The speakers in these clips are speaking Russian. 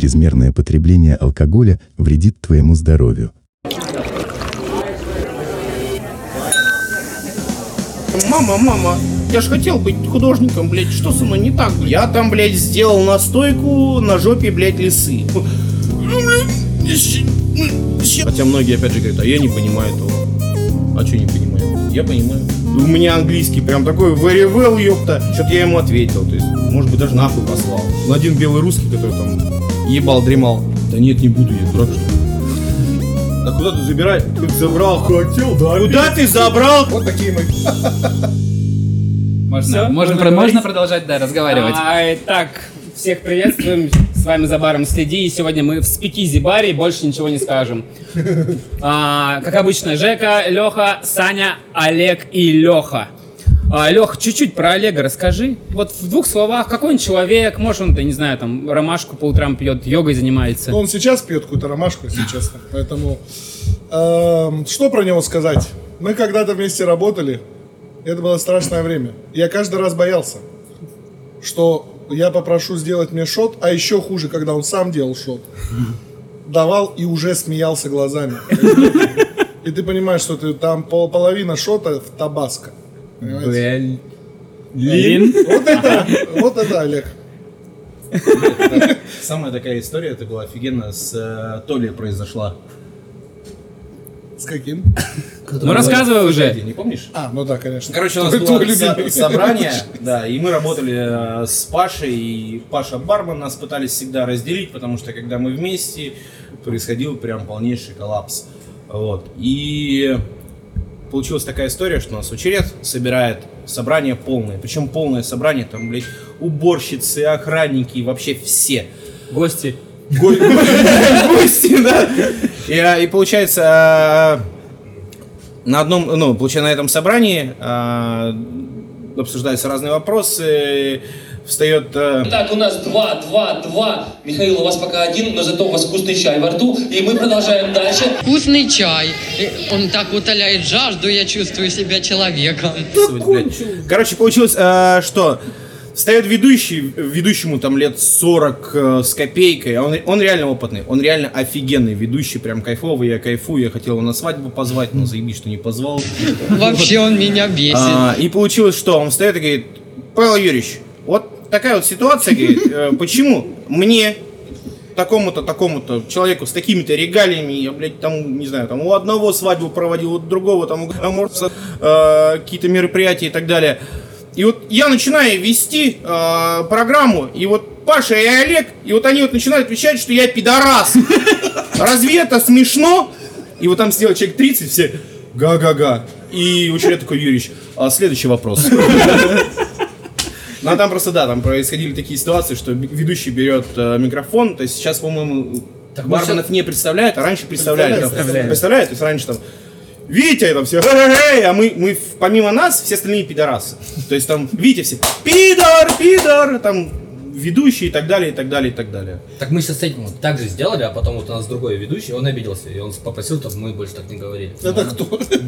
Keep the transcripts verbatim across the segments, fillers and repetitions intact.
чрезмерное потребление алкоголя вредит твоему здоровью. Мама, мама, я ж хотел быть художником, блядь, что со мной не так? Я там, блядь, сделал настойку на жопе, блядь, лисы. Хотя многие, опять же, говорят, а я не понимаю этого. А что не понимаю? Я понимаю. У меня английский прям такой very well, ёпта. Что-то я ему ответил, то есть, может быть, даже нахуй послал. Но один белый русский, который там ебал, дремал. Да нет, не буду, я дурак, что ли? Да куда ты забираешь? Ты забрал, хотел, да? Куда ты забрал? Вот такие мы. Можно, можно, про, можно продолжать, да, разговаривать. А, итак, всех приветствуем. С вами за баром Следи. И сегодня мы в спикизи баре, больше ничего не скажем. А, как обычно, Жека, Леха, Саня, Олег и Леха. А, Лех, чуть-чуть про Олега расскажи. Вот в двух словах, какой он человек, может он, да, не знаю, там, ромашку по утрам пьет, йогой занимается. Ну, он сейчас пьет какую-то ромашку, если честно. Поэтому, э, что про него сказать? Мы когда-то вместе работали. Это было страшное время. Я каждый раз боялся, что я попрошу сделать мне шот, а еще хуже, когда он сам делал шот. Давал и уже смеялся глазами. И ты понимаешь, что ты там пол, половина шота в табаско. Блин. Вот это, вот это Олег. Самая такая история, это была офигенно, с э, Толей произошла. С каким? Ну рассказывай уже. Не помнишь? А, ну да, конечно. Короче, у нас было со- собрание, да, и мы работали э, с Пашей, и Паша бармен, нас пытались всегда разделить, потому что когда мы вместе, происходил прям полнейший коллапс. Вот. И получилась такая история, что у нас очередь собирает собрание полное, причем полное собрание, там, блядь, уборщицы, охранники, вообще все. Гости. Гости, да. И, и получается, на одном, ну, получается, на этом собрании обсуждаются разные вопросы. Встает... Так, у нас два, два, два. Михаил, у вас пока один, но зато у вас вкусный чай во рту. И мы продолжаем дальше. Вкусный чай. Он так утоляет жажду, я чувствую себя человеком. Короче, получилось, что... Встает ведущий, ведущему там лет сорок э, с копейкой, а он, он реально опытный, он реально офигенный ведущий, прям кайфовый, я кайфую, я хотел его на свадьбу позвать, но заебись, что не позвал. Вообще он меня бесит. А, и получилось, что он встает и говорит: Павел Юрьевич, вот такая вот ситуация, говорит, э, почему мне, такому-то, такому-то человеку с такими-то регалиями, я, блядь, там, не знаю, там у одного свадьбу проводил, у другого там, может, э, какие-то мероприятия и так далее. И вот я начинаю вести э, программу, и вот Паша и Олег, и вот они вот начинают отвечать, что я пидорас. Разве это смешно? И вот там сидел человек тридцать, все га-га-га. И очередь такой: Юрьевич, а следующий вопрос. Ну а там просто, да, там происходили такие ситуации, что ведущий берет э, микрофон, то есть сейчас, по-моему, барменов не представляют, а раньше представляли. Представляют. Представляют, то есть раньше там: Витя, там все, эй, а мы, мы, помимо нас, все остальные пидорасы. То есть там, Витя все, пидор, пидор, там, ведущий и так далее, и так далее, и так далее. Так мы сейчас с этим вот так же сделали, а потом вот у нас другой ведущий, он обиделся, и он попросил, чтобы мы больше так не говорили. Это кто?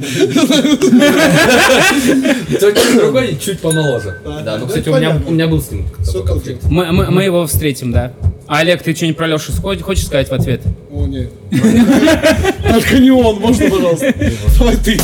Только другой чуть помоложе. Да, ну, кстати, у меня был с ним такой конфликт. Мы его встретим, да. А Олег, ты что-нибудь про Лешу хочешь сказать в ответ? О, нет. Только не он, можно, пожалуйста? Давай ты.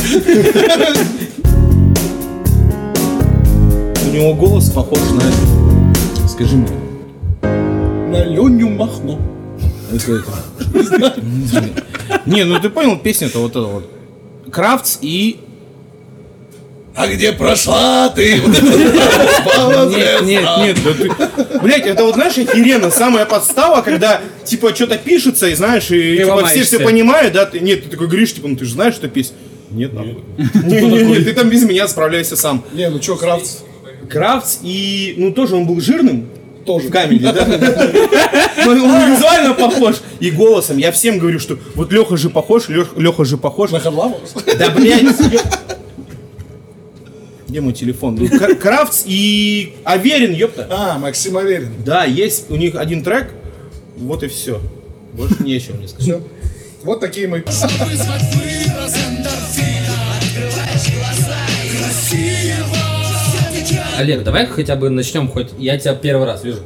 У него голос похож на это. Скажи мне. На Леню Махно. Это это. Не, ну ты понял, песня-то вот эта вот. Кравц и... А где прошла ты? Нет, нет, нет, да ты... Блять, это вот, знаешь, охеренно, самая подстава, когда, типа, что-то пишется, и знаешь, и типа, все все понимают, да, ты, нет, ты такой говоришь, типа, ну ты же знаешь, что песня. Нет, нахуй. Не-не-не, ты там без меня справляйся сам. Не, ну чё, Кравц? Кравц и, ну тоже он был жирным. Тоже. В камеди, да? Он визуально похож. И голосом. Я всем говорю, что вот Леха же похож, Леха же похож. На Харламова? Да, блядь. Где мой телефон? Кравц и Аверин, ёпта. А, Максим Аверин. Да, есть у них один трек. Вот и все. Больше нечего мне сказать. Все. Вот такие мы. Олег, давай хотя бы начнем, хоть я тебя первый раз вижу.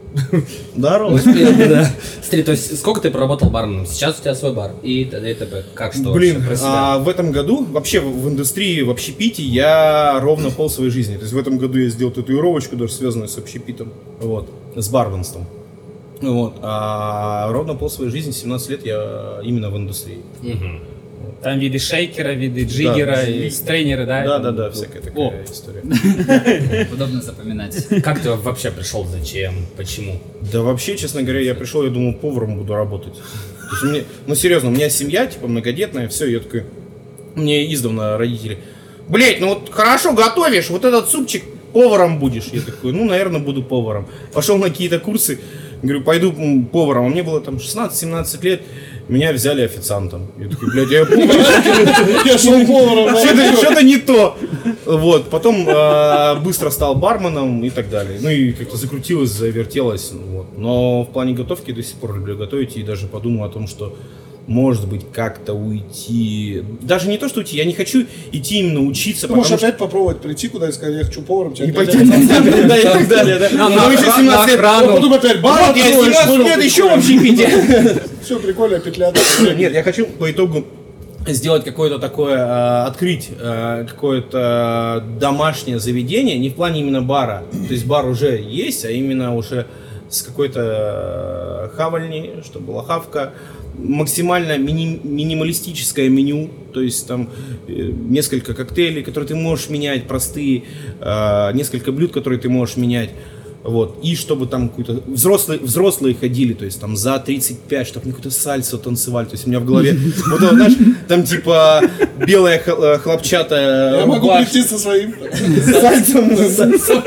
Здорово. Да. Смотри, то есть сколько ты проработал барменом? Сейчас у тебя свой бар и т.д. и т.п. Как что? Блин, вообще про себя? а, в этом году, вообще в, в индустрии, в общепите я ровно пол своей жизни. То есть в этом году я сделал татуировочку, даже связанную с общепитом, вот, с барменством. Вот, а ровно пол своей жизни, семнадцать лет я именно в индустрии. Мгм. Там виды шейкера, виды джиггера, Да. и тренеры, да? Да, это- да, да, всякая такая О. история. Удобно запоминать. Как ты вообще пришел? Зачем? Почему? Да вообще, честно говоря, я пришел, я думал, поваром буду работать. То есть мне, ну серьезно, у меня семья, типа, многодетная, все, я такой, мне издавна родители, блять, ну вот хорошо готовишь, вот этот супчик, поваром будешь. Я такой, ну, наверное, буду поваром. Пошел на какие-то курсы, говорю, пойду м, поваром. А мне было там шестнадцать-семнадцать лет, меня взяли официантом. Я такой, блядь, я повар. Я шел поваром. Что-то, что-то не то. Вот, потом э, быстро стал барменом и так далее. Ну и как-то закрутилось, завертелось. Вот. Но в плане готовки до сих пор люблю готовить и даже подумал о том, что может быть как-то уйти. Даже не то, что уйти, я не хочу идти именно учиться. Ты можешь потому что- опять попробовать прийти куда и сказать, я хочу поваром. тебя И опять пойти официантом. да, и так далее, да. На- Ну, на еще охра- семнадцать на лет. охрану. А потом опять бар Вот я откроешь, семнадцать понял, лет еще в прикольно. общепите. Все, прикольная петля. Нет, я хочу по итогу сделать какое-то такое, э, открыть э, какое-то домашнее заведение, не в плане именно бара. То есть бар уже есть, а именно уже с какой-то э, хавальни, чтобы была хавка. Максимально мини- минималистическое меню, то есть там э, несколько коктейлей, которые ты можешь менять, простые, э, несколько блюд, которые ты можешь менять. Вот. И чтобы там какие-то взрослые, взрослые ходили, то есть там за тридцать пять, чтобы они какую-то сальсу танцевали. То есть у меня в голове, вот это, знаешь, там типа белая хл- э, хлопчатая Я могу рубашка прийти со своим. с сальсом, с сальсом.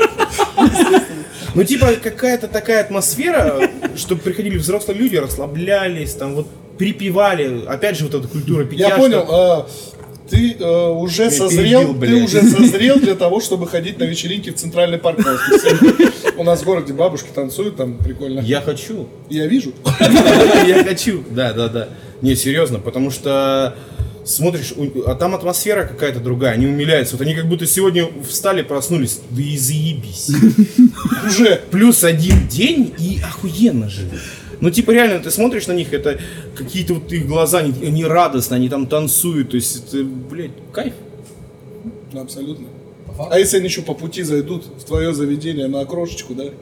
Ну, типа, какая-то такая атмосфера, чтобы приходили взрослые люди, расслаблялись, там вот припевали. Опять же, вот эта культура питья. Я что- понял, а, ты э, уже перебил, созрел, ты блядь. уже созрел для того, чтобы ходить на вечеринки в Центральный парк по воскресеньям. У нас в городе бабушки танцуют, там прикольно. Я хочу. Я вижу. Я хочу. Да, да, да. Не, серьезно, потому что смотришь, у- а там атмосфера какая-то другая, они умиляются. Вот они как будто сегодня встали, проснулись, да и заебись. Уже. Плюс один день и охуенно живут. Ну, типа, реально, ты смотришь на них, это какие-то вот их глаза, они, они радостные, они там танцуют, то есть, это, блядь, кайф. Ну, абсолютно. А если они еще по пути зайдут в твое заведение на окрошечку, да?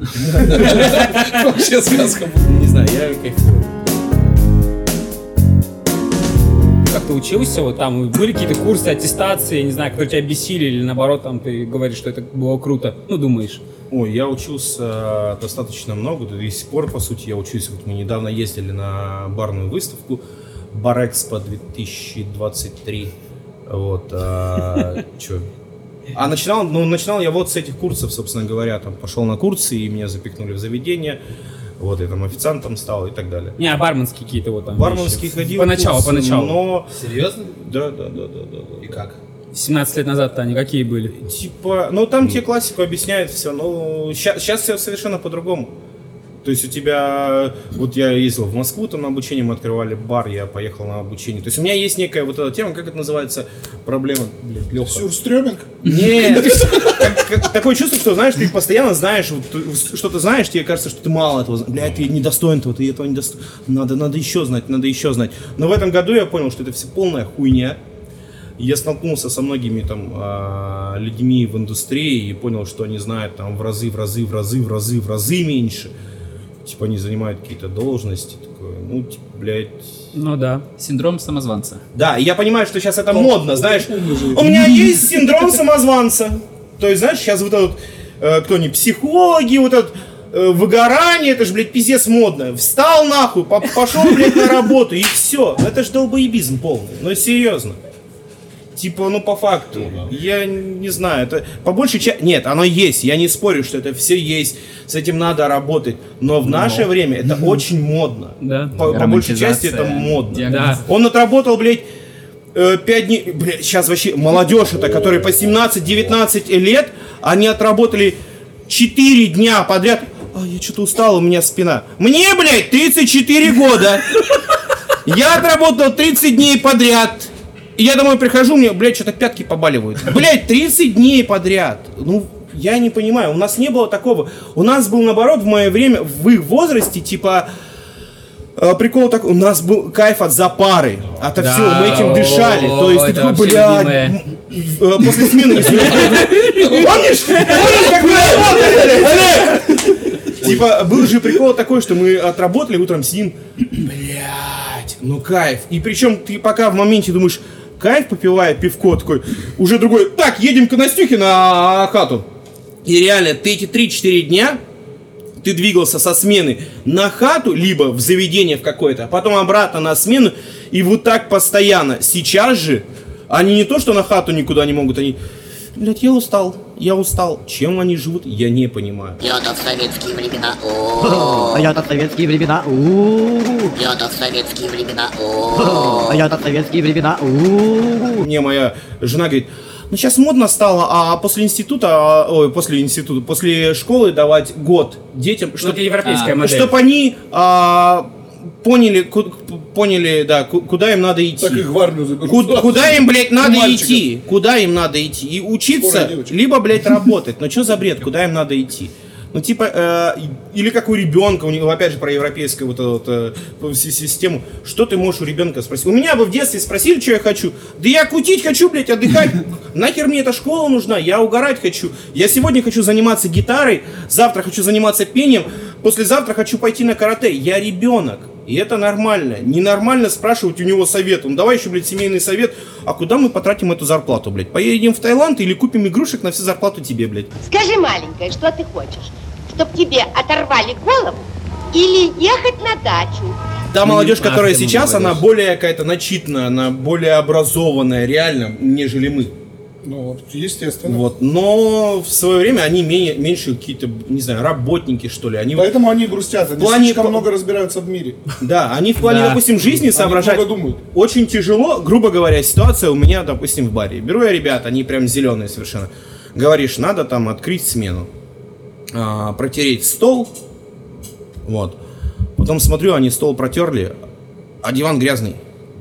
Вообще сказка будет. Не знаю, я кайфую. Как ты учился, вот там были какие-то курсы, аттестации, не знаю, которые тебя бесили, или наоборот, там ты говоришь, что это было круто. Ну, думаешь. Ой, я учился достаточно много, да и до сих пор, по сути, я учусь. Вот мы недавно ездили на барную выставку Барэкспо две тысячи двадцать три. Вот, а, чё? А начинал, ну, начинал я вот с этих курсов, собственно говоря, там пошел на курсы, и меня запихнули в заведение. Вот, я там официантом стал и так далее. Не, а барменские какие-то вот там Барменский вещи? ходил. Поначалу, курсы, поначалу. Но, Серьезно? да, да, да, да, да, да. И как? семнадцать лет назад-то они какие были? Типа, ну там тебе классику объясняют все, но сейчас все совершенно по-другому. То есть у тебя, вот я ездил в Москву, там на обучение мы открывали бар, я поехал на обучение. То есть у меня есть некая вот эта тема, как это называется, проблема, блядь, Леха. Сюрстрёминг? Нет, как- как- такое чувство, что, знаешь, ты постоянно знаешь, вот, ты что-то знаешь, тебе кажется, что ты мало этого знаешь. Блядь, ты недостоин этого, ты этого недостоин. Надо, надо еще знать, надо еще знать. Но в этом году я понял, что это все полная хуйня. Я столкнулся со многими там а, людьми в индустрии и понял, что они знают там в разы, в разы, в разы, в разы, в разы меньше. Типа они занимают какие-то должности, такое, ну, типа, блядь. Ну да. Синдром самозванца. Да, и я понимаю, что сейчас это модно, знаешь. У меня есть синдром самозванца. То есть, знаешь, сейчас вот этот, э, кто не психологи, вот этот э, выгорание, это же, блядь, пиздец модно. Встал нахуй, по- пошел, блядь, на работу, и все. Это же долбоебизм полный. Ну, серьезно. Типа, ну, по факту, я не знаю, это по большей части, нет, оно есть, я не спорю, что это все есть, с этим надо работать, но в наше время это очень модно, Да. по, по большей части это Романтизация модно. диагноза. Да. Он отработал, блядь, э, пять дней, блядь, сейчас вообще молодежь это, которые по семнадцать-девятнадцать лет, они отработали четыре дня подряд, а, я что-то устал, у меня спина, мне, блядь, тридцать четыре года, я отработал тридцать дней подряд. И я домой прихожу, мне, блядь, что-то пятки побаливают. Блядь, тридцать дней подряд. Ну, я не понимаю, у нас не было такого. У нас был, наоборот, в мое время, в их возрасте, типа, э, прикол такой, у нас был кайф от запары, от Да. всего, мы этим дышали. О, То есть ты это такой, вообще блядь, любимое. м, э, после смены не смены. Помнишь? Помнишь, как мы работали? Типа, был же прикол такой, что мы отработали, утром сидим, блядь, ну кайф. И причем ты пока в моменте думаешь, кайф, попивая пивко, такой, уже другой, так, едем к Настюхе на хату. И реально, ты эти три-четыре дня, ты двигался со смены на хату, либо в заведение в какое-то, а потом обратно на смену, и вот так постоянно. Сейчас же, они не то, что на хату никуда не могут, они, блядь, я устал, я устал. Чем они живут, я не понимаю. Я-то в советские времена. О, А я-то в советские времена. У-у-у. я-то в советские времена. О, А я-то в советские времена. У-у-у. Мне моя жена говорит, ну сейчас модно стало, а после института, а, ой, после института, после школы давать год детям, Ну, чтобы это европейская модель. чтоб они а, поняли, ку- поняли, да, ку- куда им надо идти. Так их в армию заберут. Куда, куда им, блядь, надо Мальчиков. идти? Куда им надо идти? И учиться, Скоро девочек. либо, блядь, работать. Ну что за бред? Куда им надо идти? Ну, типа, э, или как у ребенка, у него, опять же, про европейскую вот эту вот, э, си- систему. Что ты можешь у ребенка спросить? У меня бы в детстве спросили, что я хочу. Да я кутить хочу, блядь, отдыхать. Нахер мне эта школа нужна? Я угорать хочу. Я сегодня хочу заниматься гитарой, завтра хочу заниматься пением, послезавтра хочу пойти на карате. Я ребенок. И это нормально. Ненормально спрашивать у него совет. Ну давай еще, блядь, семейный совет. А куда мы потратим эту зарплату, блядь? Поедем в Таиланд или купим игрушек на всю зарплату тебе, блядь? Скажи, маленькая, что ты хочешь? Чтоб тебе оторвали голову или ехать на дачу? Та молодежь, А, которая ты сейчас, молодежь. она более какая-то начитанная, она более образованная, реально, нежели мы. Ну, естественно. Вот. Но в свое время они менее, меньше какие-то, не знаю, работники, что ли. Они, Поэтому они грустят, они плане- слишком много разбираются в мире. да, они в плане, Да. допустим, жизни соображать много думают. очень тяжело. Грубо говоря, ситуация у меня, допустим, в баре. Беру я ребят, они прям зеленые совершенно. Говоришь, надо там открыть смену, а, протереть стол. Вот. Потом смотрю, они стол протерли, а диван грязный.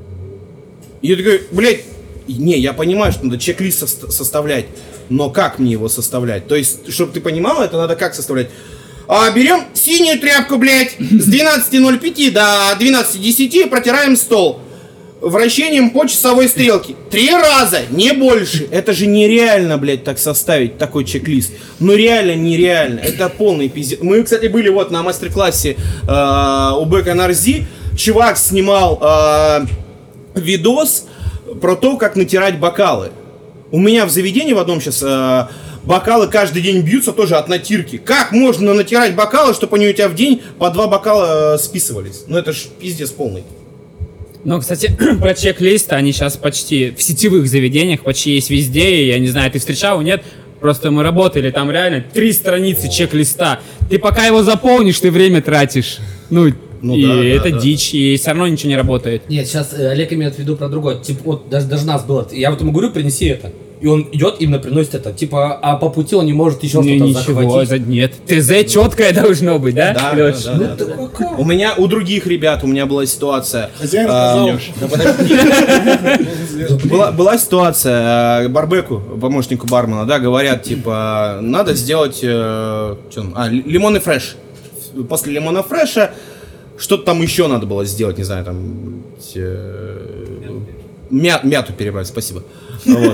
И я такой, блядь, не, я понимаю, что надо чек-лист со- составлять, но как мне его составлять? То есть, чтобы ты понимал, это надо как составлять? А, берем синюю тряпку, блядь, с двенадцати ноль пять до двенадцати десяти протираем стол. Вращением по часовой стрелке. Три раза, не больше. Это же нереально, блядь, так составить такой чек-лист. Ну реально нереально. Это полный пиздец. Мы, кстати, были вот на мастер-классе э, у Бека Нарзи. Чувак снимал э, видос про то, как натирать бокалы. У меня в заведении в одном сейчас э, бокалы каждый день бьются тоже от натирки. Как можно натирать бокалы, чтобы они у тебя в день по два бокала э, списывались? Ну это ж пиздец полный. Ну, кстати, про чек-лист, они сейчас почти в сетевых заведениях, почти есть везде, и я не знаю, ты встречал, нет? Просто мы работали, там реально три страницы чек-листа. Ты пока его заполнишь, ты время тратишь. Ну, Ну и да, да, это да. дичь, и все равно ничего не работает. Нет, сейчас э, Олег имеет в виду про другое. Типа, вот даже, даже нас было. Я вот ему говорю, принеси это. И он идет, именно приносит это. Типа, а по пути он не может еще Не, что-то ничего, захватить. за- нет. ТЗ четкое должно быть, да? Да, Лёш? да, да, да, да. У меня, у других ребят, у меня была ситуация. Хозяин а, сказал. Была, была ситуация, э, барбеку, помощнику бармена, да, говорят, типа, надо сделать, э, что там, а, ли- лимонный фреш. После лимонного фреша что-то там еще надо было сделать, не знаю, там, э, мя- мяту перебрать, спасибо. Вот.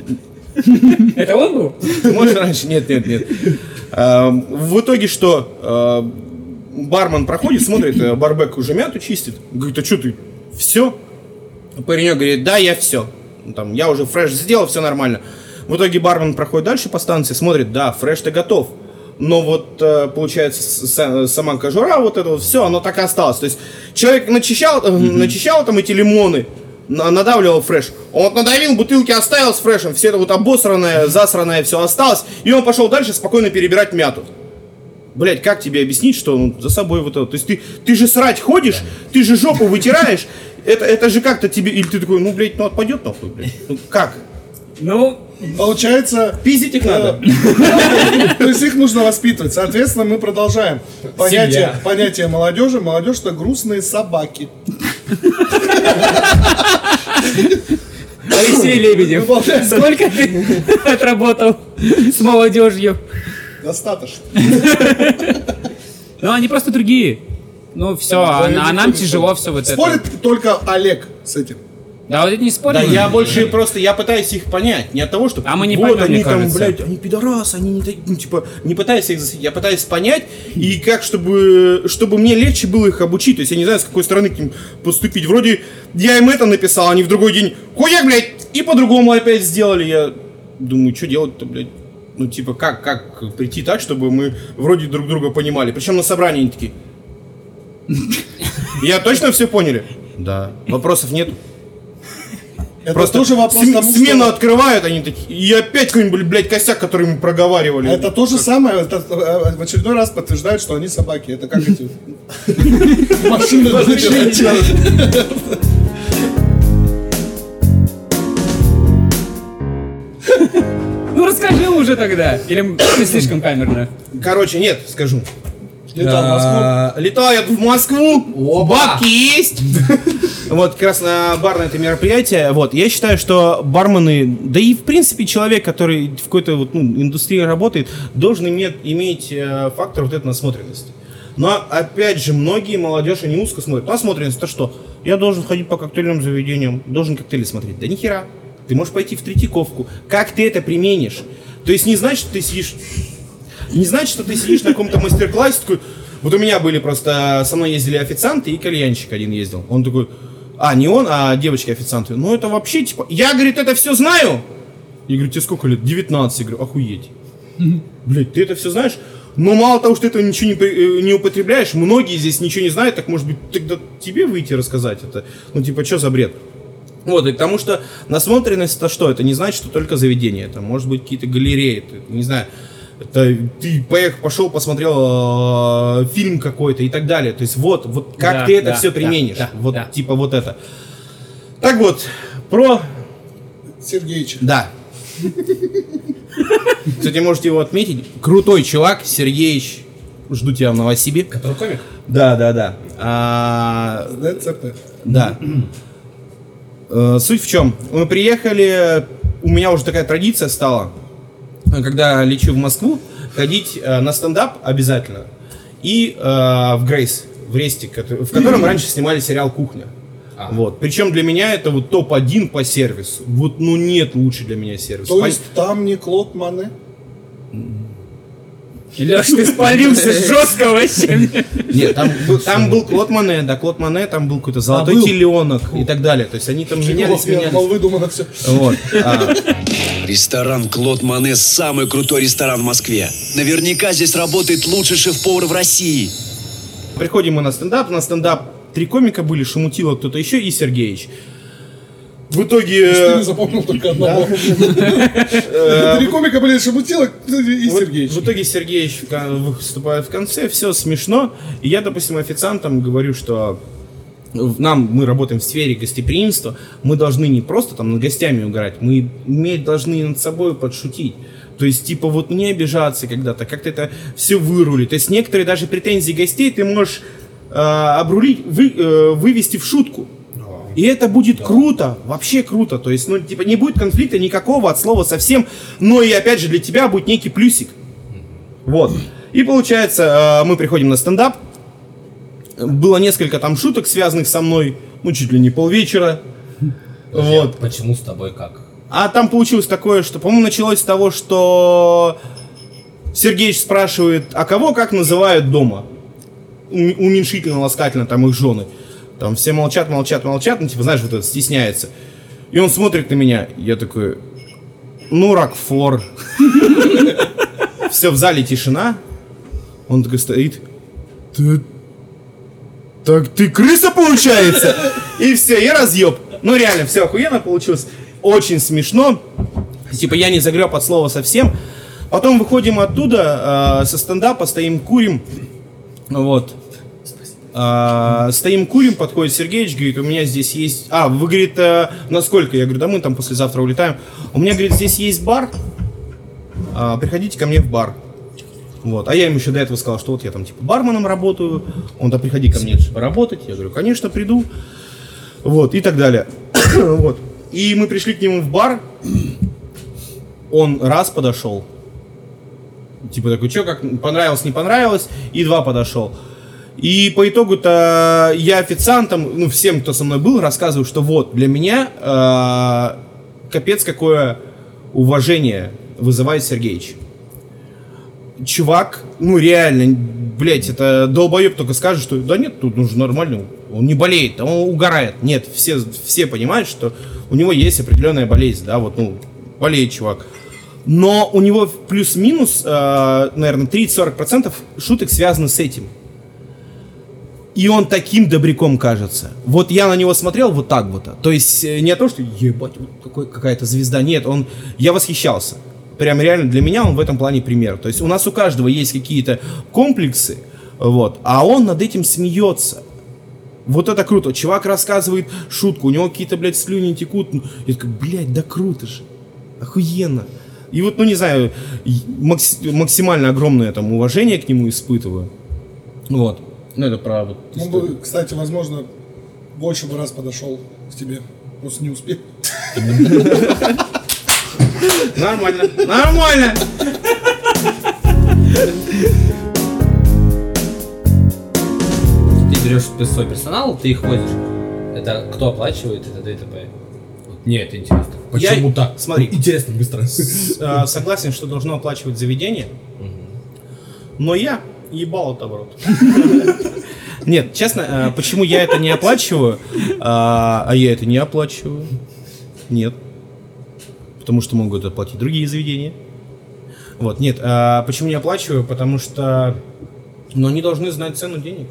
Это он был? Может раньше? Нет, нет, нет. Э, В итоге что? Э, Бармен проходит, смотрит, э, барбек уже мяту чистит. Говорит, а что ты? Все? Паренек говорит, да, я все. Там, я уже фреш сделал, все нормально. В итоге бармен проходит дальше по станции, смотрит, да, фреш-то готов. Но вот, э, получается, с- с- сама кожура, вот это вот все, оно так и осталось. То есть человек начищал, э, начищал там эти лимоны, на- надавливал фреш. Он вот надавил, бутылки оставил с фрешем, все это вот обосранное, засранное все осталось. И он пошел дальше спокойно перебирать мяту. Блять, как тебе объяснить, что ну, за собой вот это? То есть ты, ты же срать ходишь, ты же жопу вытираешь. Это, это же как-то тебе... Или ты такой, ну, блядь, ну отпадет нахуй, блядь. Ну, как? Ну, Получается... Пиздить их надо. То есть их нужно воспитывать. Соответственно, мы продолжаем. Понятие, Семья. понятие молодежи. Молодежь — это грустные собаки. Алексей Лебедев, сколько ты отработал с молодежью? Достаточно. Ну, они просто другие. Ну, все, а, а нам тяжело все вот это. Спорит только Олег с этим. Да, вот это не спорим. Да, я больше просто, я пытаюсь их понять, не от того, что а мы не вот поймем, они мне там, кажется. блядь, они пидорасы, они не, так- ну, типа, не пытаюсь их засветить, я пытаюсь понять, и как, чтобы, чтобы мне легче было их обучить, то есть я не знаю, с какой стороны к ним поступить, вроде я им это написал, они в другой день, хуяк, блядь, и по-другому опять сделали, я думаю, что делать-то, блядь, ну, типа, как, как прийти так, чтобы мы вроде друг друга понимали, причем на собрании они такие, я точно все поняли? Да, вопросов нет. Это Просто тоже вопрос см- тому, смену что... открывают, они такие, и опять какой-нибудь, блядь, косяк, который мы проговаривали. Это то же самое, это э, в очередной раз подтверждает, что они собаки. Это как эти машины. Ну, расскажи уже тогда. Или ты слишком камерно? Короче, нет, скажу. Летал в Москву. Летают в Москву, бабки есть. Вот, как раз на барное это мероприятие. Вот, я считаю, что бармены, да и в принципе человек, который в какой-то вот, ну, индустрии работает, должен иметь, иметь э, фактор вот этой насмотренности. Но, опять же, многие молодежь, они узко смотрят. Насмотренность, то что? Я должен ходить по коктейльным заведениям, должен коктейли смотреть. Да нихера. Ты можешь пойти в Третьяковку. Как ты это применишь? То есть не значит, что ты сидишь... Не значит, что ты сидишь на каком-то мастер-классе, такой... Вот у меня были просто... Со мной ездили официанты, и кальянщик один ездил. Он такой... А, не он, а девочки-официанты. Ну, это вообще, типа... Я, говорит, это все знаю! Я говорю, тебе сколько лет? девятнадцать. Я говорю, охуеть. Блять, ты это все знаешь? Но мало того, что ты этого ничего не, не употребляешь, многие здесь ничего не знают, так, может быть, тогда тебе выйти рассказать это? Ну, типа, что за бред? Вот, и потому что насмотренность это что? Это не значит, что только заведение. Это может быть какие-то галереи, это, не знаю... Это ты поехал, пошел, посмотрел э, фильм какой-то и так далее. То есть вот, вот как Да, ты это да, все да, применишь. да, вот да. типа вот это. Так вот, про... Сергеича. Да. Кстати, можете его отметить. Крутой чувак, Сергеич. Жду тебя в Новосибе. Который комик? Да, да, да. А, ДЦП. да. Э, Суть в чем? Мы приехали, у меня уже такая традиция стала, когда лечу в Москву, ходить э, на стендап обязательно. И э, в Грейс, в Рестик, который- в котором раньше снимали сериал «Кухня». А. Вот. Причем для меня это вот топ один по сервису. Вот, ну нет лучше для меня сервиса. То Пон- есть там не Клод Мане? Леш, ты спалился жестко вообще. Нет, там, был- там был Клод Мане, да, Клод Мане, там был какой-то золотой был. теленок и так далее. То есть они там менялись, Мол, менялись. выдумано все. Вот. А, Ресторан Клод Мане – самый крутой ресторан в Москве. Наверняка здесь работает лучший шеф-повар в России. приходим мы на стендап, на стендап три комика были, Шамутила, кто-то еще и Сергеевич. В итоге... Ты не запомнил только одного. Три комика были Шамутила и Вот Сергеевич. В итоге Сергеевич в кон- выступает в конце, все смешно. И я, допустим, официантам говорю, что в- нам, мы работаем в сфере гостеприимства, мы должны не просто там над гостями угорать, мы уметь должны над собой подшутить. То есть, типа, вот не обижаться когда-то, как-то это все вырулить. То есть, некоторые даже претензии гостей ты можешь э, обрулить, вы, э, вывести в шутку. И это будет круто, вообще круто. То есть, ну, типа, не будет конфликта никакого от слова совсем, но и, опять же, для тебя будет некий плюсик. Вот. И получается, э, мы приходим на стендап. Было несколько там шуток, связанных со мной, ну, чуть ли не полвечера. Вот. Почему с тобой как? А там получилось такое, что, по-моему, началось с того, что Сергеич спрашивает, а кого как называют дома? У- Уменьшительно, ласкательно, там их жены. Там все молчат, молчат, молчат, ну, типа, знаешь, вот это стесняется. И он смотрит на меня, я такой, ну, Рокфор. Все, в зале тишина. Он такой стоит. «Ты- Так ты крыса, получается? И все, я разъеб. Ну, реально, все охуенно получилось. Очень смешно. Типа, я не загреб от слова совсем. Потом выходим оттуда, э, со стендапа, стоим, курим. Вот. А, стоим, курим, подходит Сергеич, говорит, у меня здесь есть... А, вы, говорит, э, насколько? Я говорю, да мы там послезавтра улетаем. У меня, говорит, здесь есть бар. А, приходите ко мне в бар. Вот. А я ему еще до этого сказал, что вот я там типа барменом работаю. Он, да приходи ко мне поработать. Я говорю, конечно, приду. Вот, и так далее. Вот. И мы пришли к нему в бар. Он раз подошел. Типа такой, что, как понравилось, не понравилось. И два подошел. И по итогу-то я официантам, ну, всем, кто со мной был, рассказываю, что вот, для меня э, капец какое уважение вызывает Сергеич. Чувак, ну, реально, блять, это долбоеб только скажет, что да нет, тут нужно нормально, он не болеет, он угорает. Нет, все, все понимают, что у него есть определенная болезнь, да, вот, ну, болеет чувак. Но у него плюс-минус, э, наверное, тридцать-сорок процентов шуток связаны с этим. И он таким добряком кажется. Вот я на него смотрел вот так вот. То есть не то, что ебать, какой, какая-то звезда. Нет, он, я восхищался. Прям реально для меня он в этом плане пример. То есть у нас у каждого есть какие-то комплексы, вот, а он над этим смеется. Вот это круто. Чувак рассказывает шутку, у него какие-то, блядь, слюни текут. Я такой, блядь, да круто же. Охуенно. И вот, ну не знаю, макс- максимально огромное там уважение к нему испытываю. Вот. Ну, это правда. Он бы, кстати, возможно, больше бы раз подошел к тебе. Просто не успел. Нормально. Нормально. Ты берешь свой персонал, ты их возишь. Это кто оплачивает, это ДТП? Нет, это интересно. Почему Я, так? Смотри. Интересно, быстро. С, э, согласен, что должно оплачивать заведение. Но я ебал это в рот. Нет, честно, почему я это не оплачиваю, а я это не оплачиваю? Нет. Потому что могут оплатить другие заведения. Вот, нет, почему не оплачиваю? Потому что, ну, они должны знать цену денег.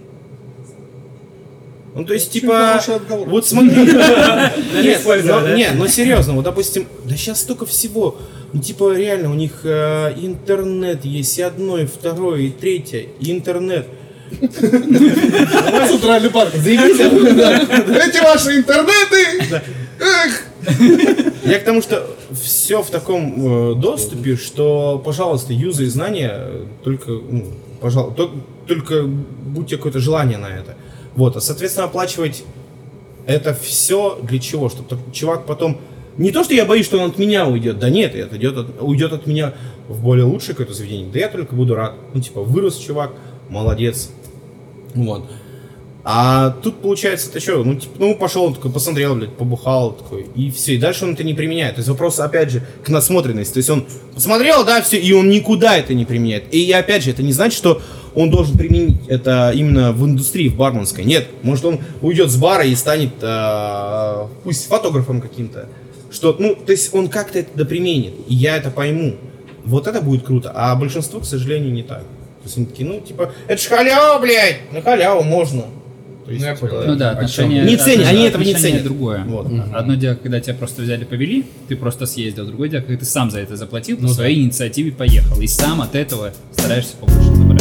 Ну, то есть, типа, вот смотри. Нет, ну серьезно, вот, допустим, да сейчас столько всего. Ну, типа, реально, у них э, интернет есть, и одно, и второе, и третье, и интернет. Центральный парк. Эти ваши интернеты! Я к тому, что все в таком э, доступе, что, пожалуйста, юзай знания, только, ну, пожалуйста, только будьте какое-то желание на это. Вот, а, соответственно, оплачивать это все для чего? Чтобы чувак потом... Не то, что я боюсь, что он от меня уйдет. Да нет, это идет от, уйдет от меня в более лучшее какое-то заведение. Да я только буду рад. Ну, типа, вырос чувак, молодец. Вот. А тут получается, ты что, ну, типа, ну, пошел, он такой, посмотрел, блядь, побухал, такой, и все. И дальше он это не применяет. То есть вопрос, опять же, к насмотренности. То есть он посмотрел, да, все, и он никуда это не применяет. И, опять же, это не значит, что он должен применить это именно в индустрии, в барменской. Нет, может, он уйдет с бара и станет, э, пусть фотографом каким-то. Что, ну, то есть он как-то это доприменит, и я это пойму. Вот это будет круто. А большинство, к сожалению, не так. То есть они такие, ну, типа, это ж халява, блядь, на халяву можно. То есть, ну, типа, ну да, отношения... Не ценят, они этого не ценят. Другое. Вот. Угу. Одно дело, когда тебя просто взяли, повели, ты просто съездил. Другое дело, когда ты сам за это заплатил, ну, по своей да. инициативе поехал. И сам от этого стараешься побольше набрать.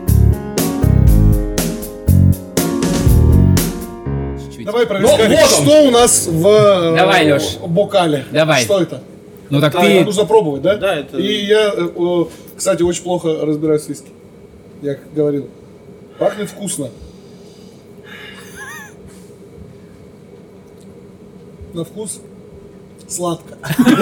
Давай проверим, вот что у нас в Давай, Лёш. бокале. Давай. Что это? Ну так а, ты... Нужно пробовать, да? Да, это... И я, кстати, очень плохо разбираюсь в виски. Я говорил. Пахнет вкусно. На вкус сладко.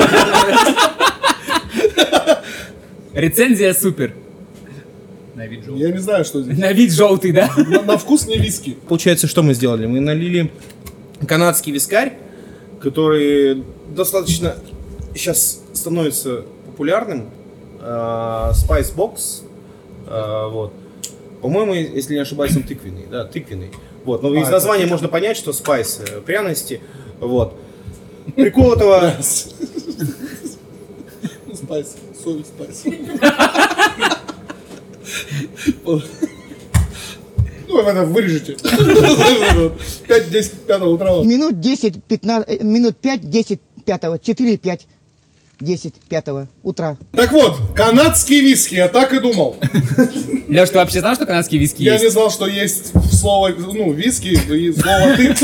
Рецензия супер. На вид желтый. Я не знаю, что здесь. На вид желтый, да? На, на вкус не виски. Получается, что мы сделали? Мы налили канадский вискарь, который достаточно сейчас становится популярным. Uh, Spice Box. Uh, вот. По-моему, если не ошибаюсь, он тыквенный. Да, тыквенный. Вот. Но а, из названия можно понять, что Spice пряности. Вот. Прикол этого... Spice. Соль Spice. Ну, вы это вырежете. пять-десять пятого утра. Минут десять, пятнадцать, минут пять-десять пятого, четыре-пять, десять пятого утра. Так вот, канадский виски, я так и думал. Леш, ты вообще знал, что канадские виски я есть? Я не знал, что есть слово, ну, виски и слово ты.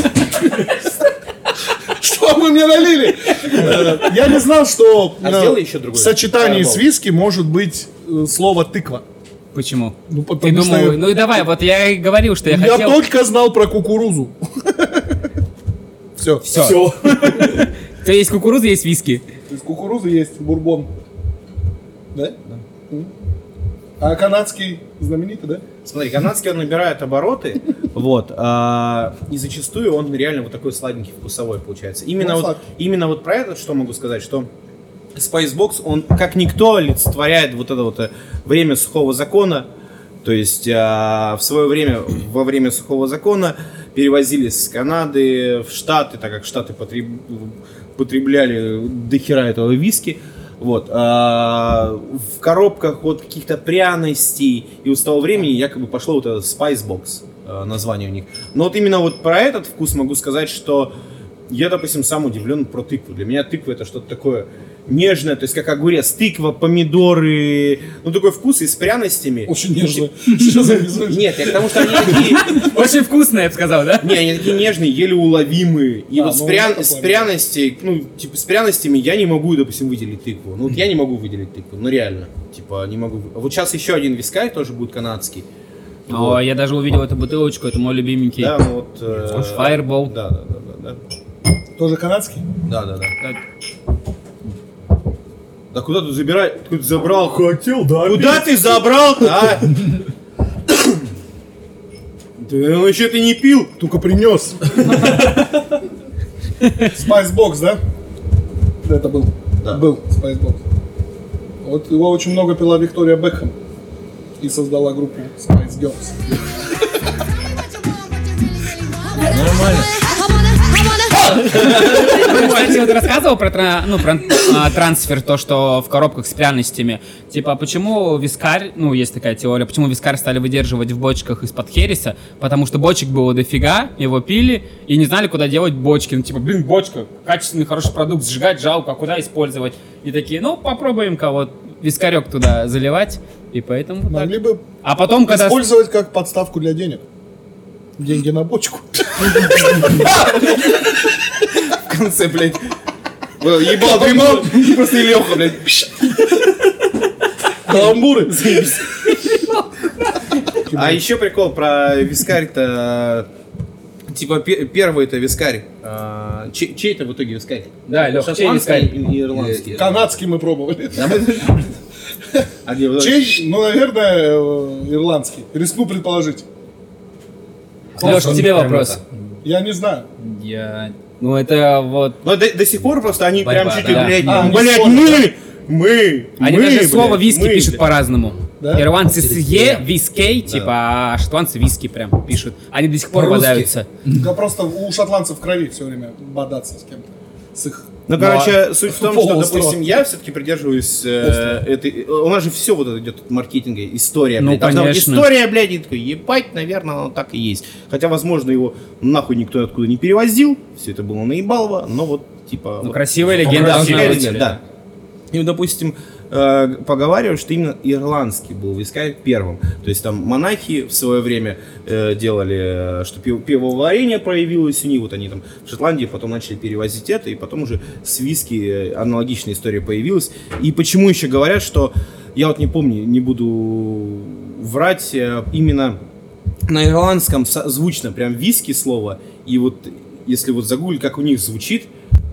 Что вы мне налили? Я не знал, что в сочетании с виски может быть слово тыква. Почему? Ну, ты думал, я... ну и давай, вот я и говорил, что я, я хотел... Я только знал про кукурузу. Все. Все. Что есть кукуруза, есть виски. Из кукурузы есть бурбон. Да? Да. А канадский знаменитый, да? Смотри, канадский он набирает обороты, вот, а, и зачастую он реально вот такой сладенький, вкусовой получается. Именно, Ну, вот, именно вот про это, что могу сказать, что Spicebox, он как никто олицетворяет вот это вот время сухого закона. То есть а, в свое время, во время сухого закона перевозились с Канады в Штаты, так как Штаты потреб... потребляли дохера этого виски. Вот, а, в коробках вот каких-то пряностей, и вот с того времени якобы пошло вот это Spicebox, а, название у них. Но вот именно вот про этот вкус могу сказать, что я, допустим, сам удивлен про тыкву. Для меня тыква это что-то такое нежное, то есть как огурец, тыква, помидоры, ну такой вкус и с пряностями. Очень нежно. Нет, я к тому, что они такие... Очень вкусные, я бы сказал, да? Не, они такие нежные, еле уловимые. И А, вот с, ну, пря... это с понял. пряностей, ну, типа, с пряностями я не могу, допустим, выделить тыкву. Ну, вот я не могу выделить тыкву, ну, реально. Типа, не могу. Вот сейчас еще один вискарь тоже будет канадский. О, я даже увидел эту бутылочку, это мой любименький. Да, ну вот... э, Fireball. Да, да, да, да, да. Тоже канадский? Да, да, да. Да куда ты забирай? Куда ты забрал? Хотел, да. Куда ты забрал-то, а? Да он еще ты не пил. Только принес. Spicebox, да? Да, это был. Да. Был Spicebox. Вот его очень много пила Виктория Бекхэм. И создала группу Spice Girls. Нормально. Кстати, вот рассказывал про, тра- ну, про а, трансфер, то, что в коробках с пряностями. Типа, почему вискарь, ну, есть такая теория, почему вискарь стали выдерживать в бочках из-под хереса? Потому что бочек было дофига, его пили и не знали, куда делать бочки. Ну, типа, блин, бочка, качественный, хороший продукт, сжигать жалко, а куда использовать? И такие, ну, попробуем-ка вот вискарек туда заливать, и поэтому... Могли так. бы А потом, когда... использовать как подставку для денег. Деньги на бочку. В конце, блядь. Ебал, дремал, и просто Леха, блядь. Каламбуры. А еще прикол про вискарь-то. Типа пе- первый это вискарь. А, чей, чей это в итоге вискарь? Да, Лех, чей Шотландский вискарь? или ирландский? Канадский мы пробовали. А где вот- Чей? Ну, наверное, э, ирландский. Рискну предположить. Леш, к тебе вопрос. Я не знаю. Я... Ну, это вот... Но до, до сих пор просто они Борьба, прям чуть ли, да. блядь, А, они блядь, спорят, мы, мы, Они мы, даже блядь, слово виски мы, пишут блядь. по-разному. Да? Ирландцы с Е, вискей, типа, а шотландцы виски прям пишут. Они до сих пор По-русски. бодаются. Да просто у шотландцев в крови все время бодаться с кем-то. С их... Ну, короче, суть в том, что, Полуостров. допустим, я все-таки придерживаюсь э, этой... У нас же все вот это идет от маркетинга, история, Ну, блядь. Должна быть конечно. история, блядь, и такой, ебать, наверное, оно так и есть. Хотя, возможно, его нахуй никто откуда не перевозил, все это было наебалово, но вот, типа... Ну, вот, красивая легенда да, должна красивая быть. легенда, да. И, вот, допустим, э, поговаривают, что именно ирландский был вискарь первым. То есть там монахи в свое время э, делали, э, что пиво- пивоварение проявилось у них, вот они там в Шотландии потом начали перевозить это, и потом уже с виски э, аналогичная история появилась. И почему еще говорят, что, я вот не помню, не буду врать, э, именно на ирландском созвучно прям виски слово, и вот если вот загуглить, как у них звучит,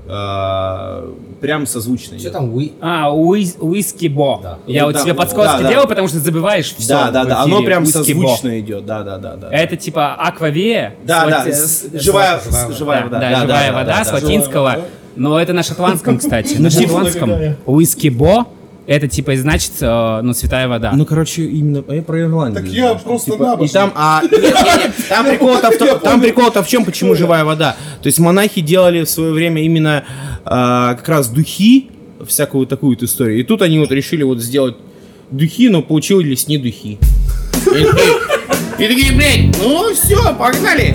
э, прям созвучно. Что идет. там, уи? А, уиз, уиски бо. Да. Я Вот вот да, тебе вот, подсказки да, да. делаю, потому что забываешь все. Да, да, да, оно прям созвучно идет, да, да, да, да. Это типа аквавея. Да, с да, лати- с- с- живая, живая с- живая Да, вода. да, живая вода да, с да. латинского. Живая вода. Но это на шотландском, кстати. На типа, шотландском уиски бо это типа и значит, э, ну, святая вода. Ну, короче, именно я про Ирландию. Так я просто Типа, набожный. и там, а, нет, нет, нет, там прикол-то в том, там прикол-то в чем, почему живая вода. То есть монахи делали в свое время именно а, как раз духи, всякую такую вот историю. И тут они вот решили вот сделать духи, но получились не духи. И такие, и такие, блядь, ну все, погнали.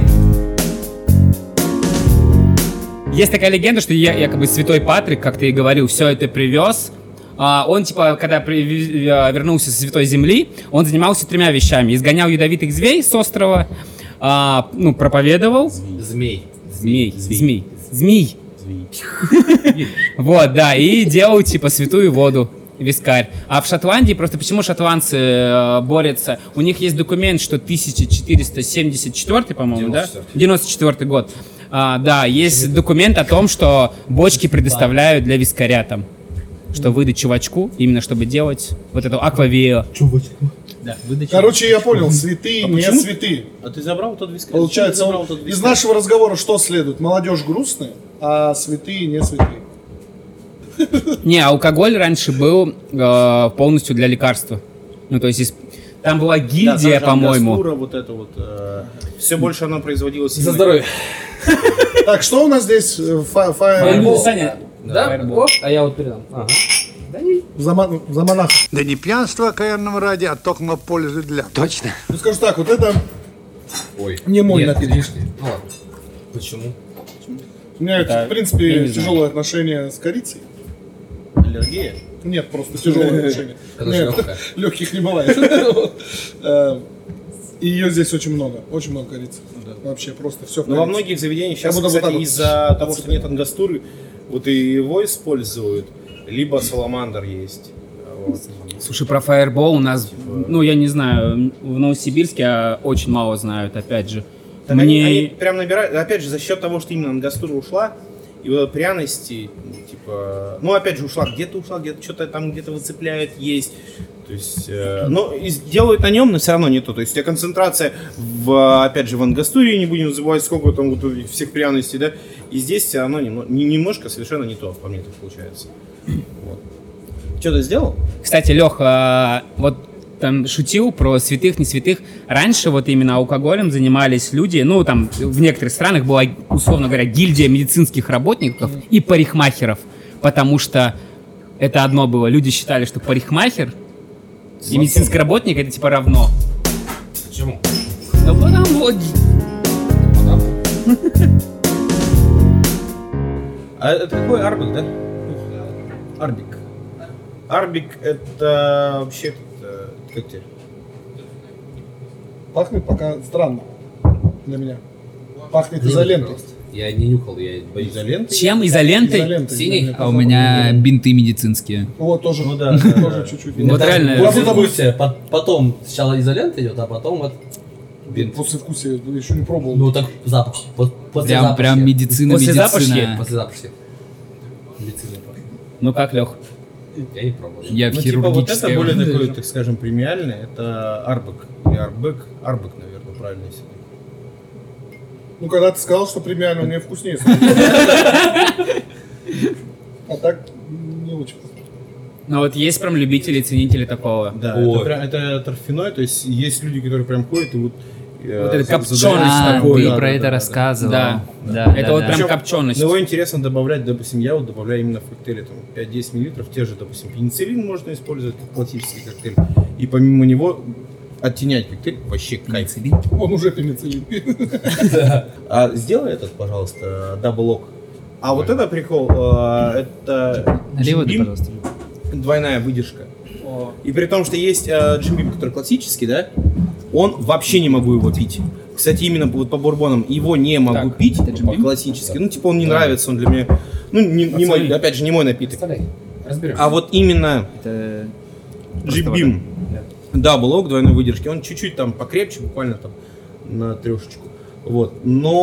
Есть такая легенда, что я, якобы святой Патрик, как ты и говорил, все это привез. А, он, типа, когда при- э, вернулся со Святой Земли, он занимался тремя вещами. Изгонял ядовитых змей с острова, а, ну, проповедовал. Змей. Змей. Змей. Змей. Вот, да, и делал, типа, святую воду. Вискарь. А в Шотландии, просто почему шотландцы э, борются? У них есть документ, что тысяча четыреста семьдесят четвёртый, по-моему, да? девяносто четвёртый год. А, да, есть документ о том, что бочки предоставляют для вискаря там. Что выдать чувачку, именно чтобы делать вот эту аквавио. Чувачку. Да, выдача. Короче, я понял, святые, А не почему? святые. А ты забрал тот вискарь? Получается, Забрал он- тот из вискарь? нашего разговора что следует? Молодежь грустная, а святые не святые. Не, алкоголь раньше был э, полностью для лекарства. Ну, то есть, из- там была Да, гильдия, та же по-моему. ангастура, вот это вот. э, все больше она производилась. За именно- здоровье. Так, что у нас здесь? Э, фа- фа- Фаербол. Саня, Да? Фаербол. Оп, а я вот передам. Ага. За, мо- за монаха. Да не пьянство окаянном ради, а только пользы для. Точно. Ну, скажу так, вот это Ой. не мой Нет, напиток. лишний. Ну ладно. Почему? У меня, Это- в я принципе, не тяжелое отношение с корицей. Аллергия? Нет, просто тяжелое отношение. Это ж Нет, легкое. легких не бывает. Э, И ее здесь очень много, очень много корицы. Вообще просто все. Но во многих заведениях сейчас, буду вот так кстати, вот из-за того, что нет ангастуры, вот и его используют, либо саламандр есть. Вот. Слушай, про Fireball у нас, ну, я не знаю, в Новосибирске а, очень мало знают, опять же. Так Мне... они, они прям набирают, опять же, за счет того, что именно ангастура ушла, и вот пряности, типа, ну, опять же, ушла, где-то ушла, где-то что-то там где-то выцепляет, есть. То есть, э, но и делают на нем, но все равно не то. То есть, у тебя концентрация, в, опять же, в ангастуре, не будем забывать, сколько там вот всех пряностей, да, и здесь все равно немного, немножко совершенно не то, по мне так получается. Вот. Что ты сделал? Кстати, Лех, а, вот там шутил про святых, не святых. Раньше вот именно алкоголем занимались люди, ну, там в некоторых странах была, условно говоря, гильдия медицинских работников и парикмахеров, потому что это одно было. Люди считали, что парикмахер и медицинский работник это типа равно. Почему? Да потому вот. А это какой арбик, да? Арбик. Арбик это вообще это, как тебе? Пахнет пока странно для меня. Пахнет Не изолентой. просто. Я не нюхал, я боюсь. Изолентой? Чем? Изолентой? Изолентой. Синий? А у меня бинты медицинские. Вот тоже. Ну да, тоже чуть-чуть. Вот Это реально. послевкусие. По- Потом сначала изолента идет, а потом вот бинт. После вкуса я еще не пробовал. Ну так запах. Вот после Прям, запахи. прям медицина, После медицина. запахи? После запахи. Медицина пахнет. Ну как, Лех? Я не пробовал. Я в Ну, типа вот это хирургической. более такой, так скажем, премиальный, это арбик. Или арбек. Арбек, наверное, правильно если. Ну, когда ты сказал, что премиально, мне вкуснее. А так не очень. Ну вот есть прям любители, ценители такого. Да, Ой. это, прям, это торфяной, то есть есть люди, которые прям ходят и вот... э, Вот это за- копченость задают А, такой, ты да, про да, это да, да. рассказывал. Да. да, Это да, вот да. прям Причем копченость. Его интересно добавлять, допустим, я вот добавляю именно в коктейли там пять-десять миллилитров, те же, допустим, пенициллин можно использовать, как классический коктейль. И помимо него оттенять коктейль вообще кайф. Он уже пенициллин. А сделай этот, пожалуйста, даблок. А вот это прикол, э, это Налей воды, Jim Beam, пожалуйста. двойная выдержка. И при том, что есть э, Jim Beam, который классический, да, он вообще не могу его пить. Кстати, именно вот по бурбонам его не могу Так, пить, это Jim Beam? классический. Ну, типа он не нравится, он для меня, ну, не, не мой, опять же, не мой напиток. Представляй. Разберем. А вот именно Это Jim Beam, Double Oak двойной выдержки, он чуть-чуть там покрепче, буквально там на трешечку. Вот.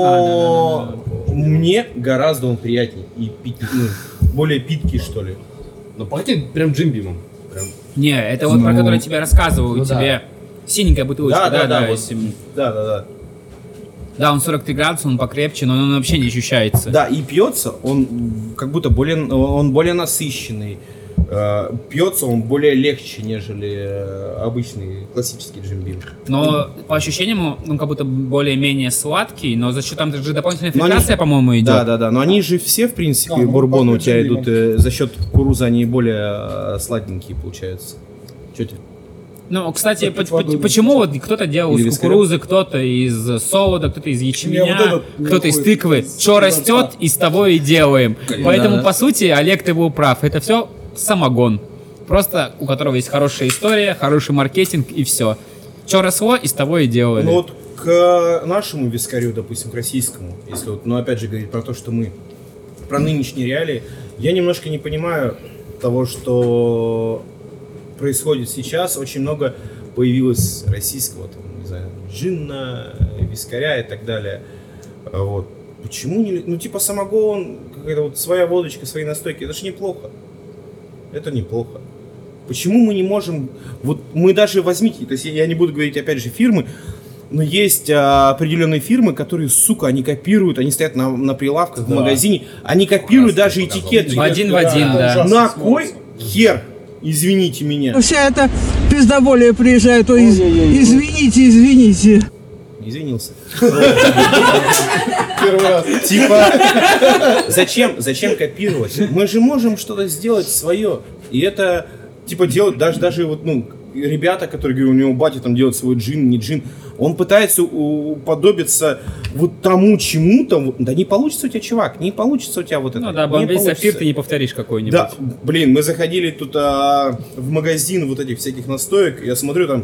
Но мне гораздо он приятнее и пить, ну, более питкий, что ли. Ну пахнет прям джимбимом. Прям. Не, это вот про Ну. который я тебе рассказывал, Ну у да. тебя синенькая бутылочка, да, да, вот. если- да, да, да. да, он сорок три градуса, он покрепче, но он вообще не ощущается. Да, и пьется он как будто более, он более насыщенный. Э, Пьется он более легче, нежели э, обычный классический Jim Beam. Но по ощущениям он как будто более-менее сладкий, но за счет там же дополнительная Но они фильтрация, же- по-моему, идет. Да, да, да. Но они же все, в принципе, А, ну, бурбоны у пахнет тебя Jim идут э, за счет кукурузы, они более э, сладенькие получаются. Че тебе? Ну, кстати, Как по- это водой по- почему вот кто-то делал Или из вискарем? кукурузы, кто-то из солода, кто-то из ячменя, Не, вот этот кто-то из находит тыквы. из- Что из растет, рта. из того и делаем. Поэтому, Да. по сути, Олег, ты был прав. Это все самогон. Просто у которого есть хорошая история, хороший маркетинг и все. Что росло, из того и делали. Ну вот к нашему вискарю, допустим, к российскому, если вот, ну опять же говорить про то, что мы, про нынешние реалии, я немножко не понимаю того, что происходит сейчас. Очень много появилось российского, там, не знаю, джинна, вискаря и так далее. Вот. Почему не... Ну, типа самогон, какая-то вот своя водочка, свои настойки, это же неплохо. Это неплохо. Почему мы не можем... Вот мы даже возьмите, то есть я не буду говорить, опять же, фирмы, но есть а, определенные фирмы, которые, сука, они копируют, они стоят на, на прилавках да. в магазине, они копируют Красный даже этикетки. В один в один, да. На кой хер? Извините меня. Вся эта пиздоболия приезжает, то из... извините, извините. Извинился. Первый раз. Типа, зачем, зачем копировать? Мы же можем что-то сделать свое. И это, типа, делать даже, даже вот, ну, ребята, которые, говорю, у него батя там делает свой джин, не джин, он пытается уподобиться вот тому чему-то. Да не получится у тебя, чувак, не получится у тебя вот это. Ну да, бомбей сапфир ты не повторишь какой-нибудь. Да, блин, мы заходили тут а, в магазин вот этих всяких настоек, я смотрю там,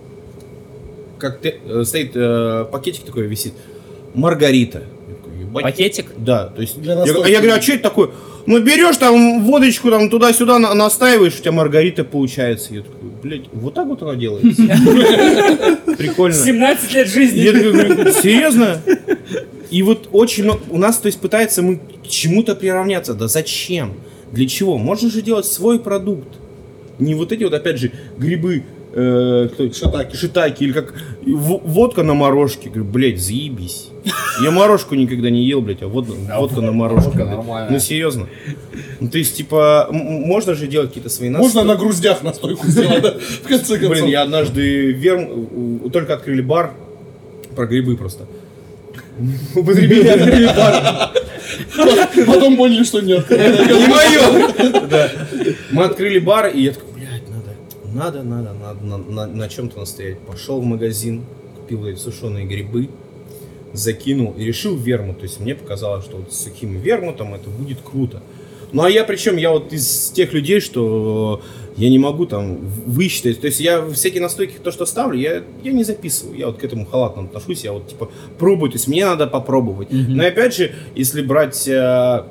как ты, э, стоит э, пакетик такой висит, Маргарита. Пакетик? Да, то есть, я, я говорю, а что это такое? Ну берешь там водочку там туда-сюда на, настаиваешь, у тебя Маргарита получается. Я такой, блядь, вот так вот она делается. Прикольно. семнадцать лет жизни. Я такой, серьезно? И вот очень много, у нас, то есть, пытается мы к чему-то приравняться. Да зачем? Для чего? Можно же делать свой продукт. Не вот эти вот, опять же, грибы, э, кто, шитаки. шитаки, или как в, водка на морожке. Говорю, блядь, заебись. Я морожку никогда не ел, блядь, а водка, водка на морожке. Ну серьезно. Ну то есть, типа, можно же делать какие-то свои настойки. Можно на груздях настойку сделать, да? В конце концов. Блин, я однажды верм, только открыли бар про грибы просто. Употребили, открыли бар. Потом поняли, что нет. Не мое! Мы открыли бар, и я такой, блядь, надо, надо, надо, надо на, на, на чем-то настоять. Пошел в магазин, купил эти сушеные грибы, закинул и решил вермут. То есть мне показалось, что вот с сухим вермутом это будет круто. Ну а я причем, я вот из тех людей, что я не могу там высчитать. То есть я всякие настойки, то, что ставлю, я, я не записываю. Я вот к этому халатно отношусь, я вот типа пробую. То есть мне надо попробовать. Mm-hmm. Но опять же, если брать, э,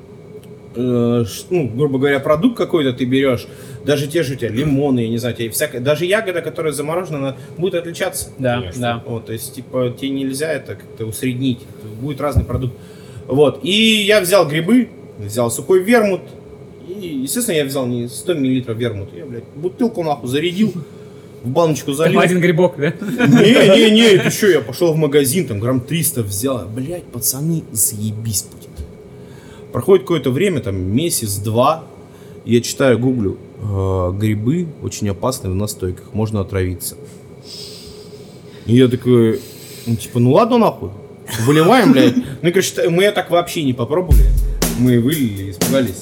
э, ну, грубо говоря, продукт какой-то ты берешь, даже те же у тебя лимоны, я не знаю, тебе всякое, даже ягода, которая заморожена, она будет отличаться. Да, конечно. Да. Вот, то есть, типа, тебе нельзя это как-то усреднить. Будет разный продукт. Вот. И я взял грибы, взял сухой вермут. И, естественно, я взял не сто миллилитров вермута. Я, блядь, бутылку нахуй зарядил, в баночку залил. Там один грибок, да? Не-не-не, это что, я пошел в магазин, там грамм триста взял. Блядь, пацаны, заебись будет. Проходит какое-то время, там месяц-два, я читаю, гуглю, э, грибы очень опасны в настойках, можно отравиться. И я такой, ну типа, ну ладно нахуй, выливаем, блядь. Ну и, короче, мы так вообще не попробовали. Мы вылили, испугались.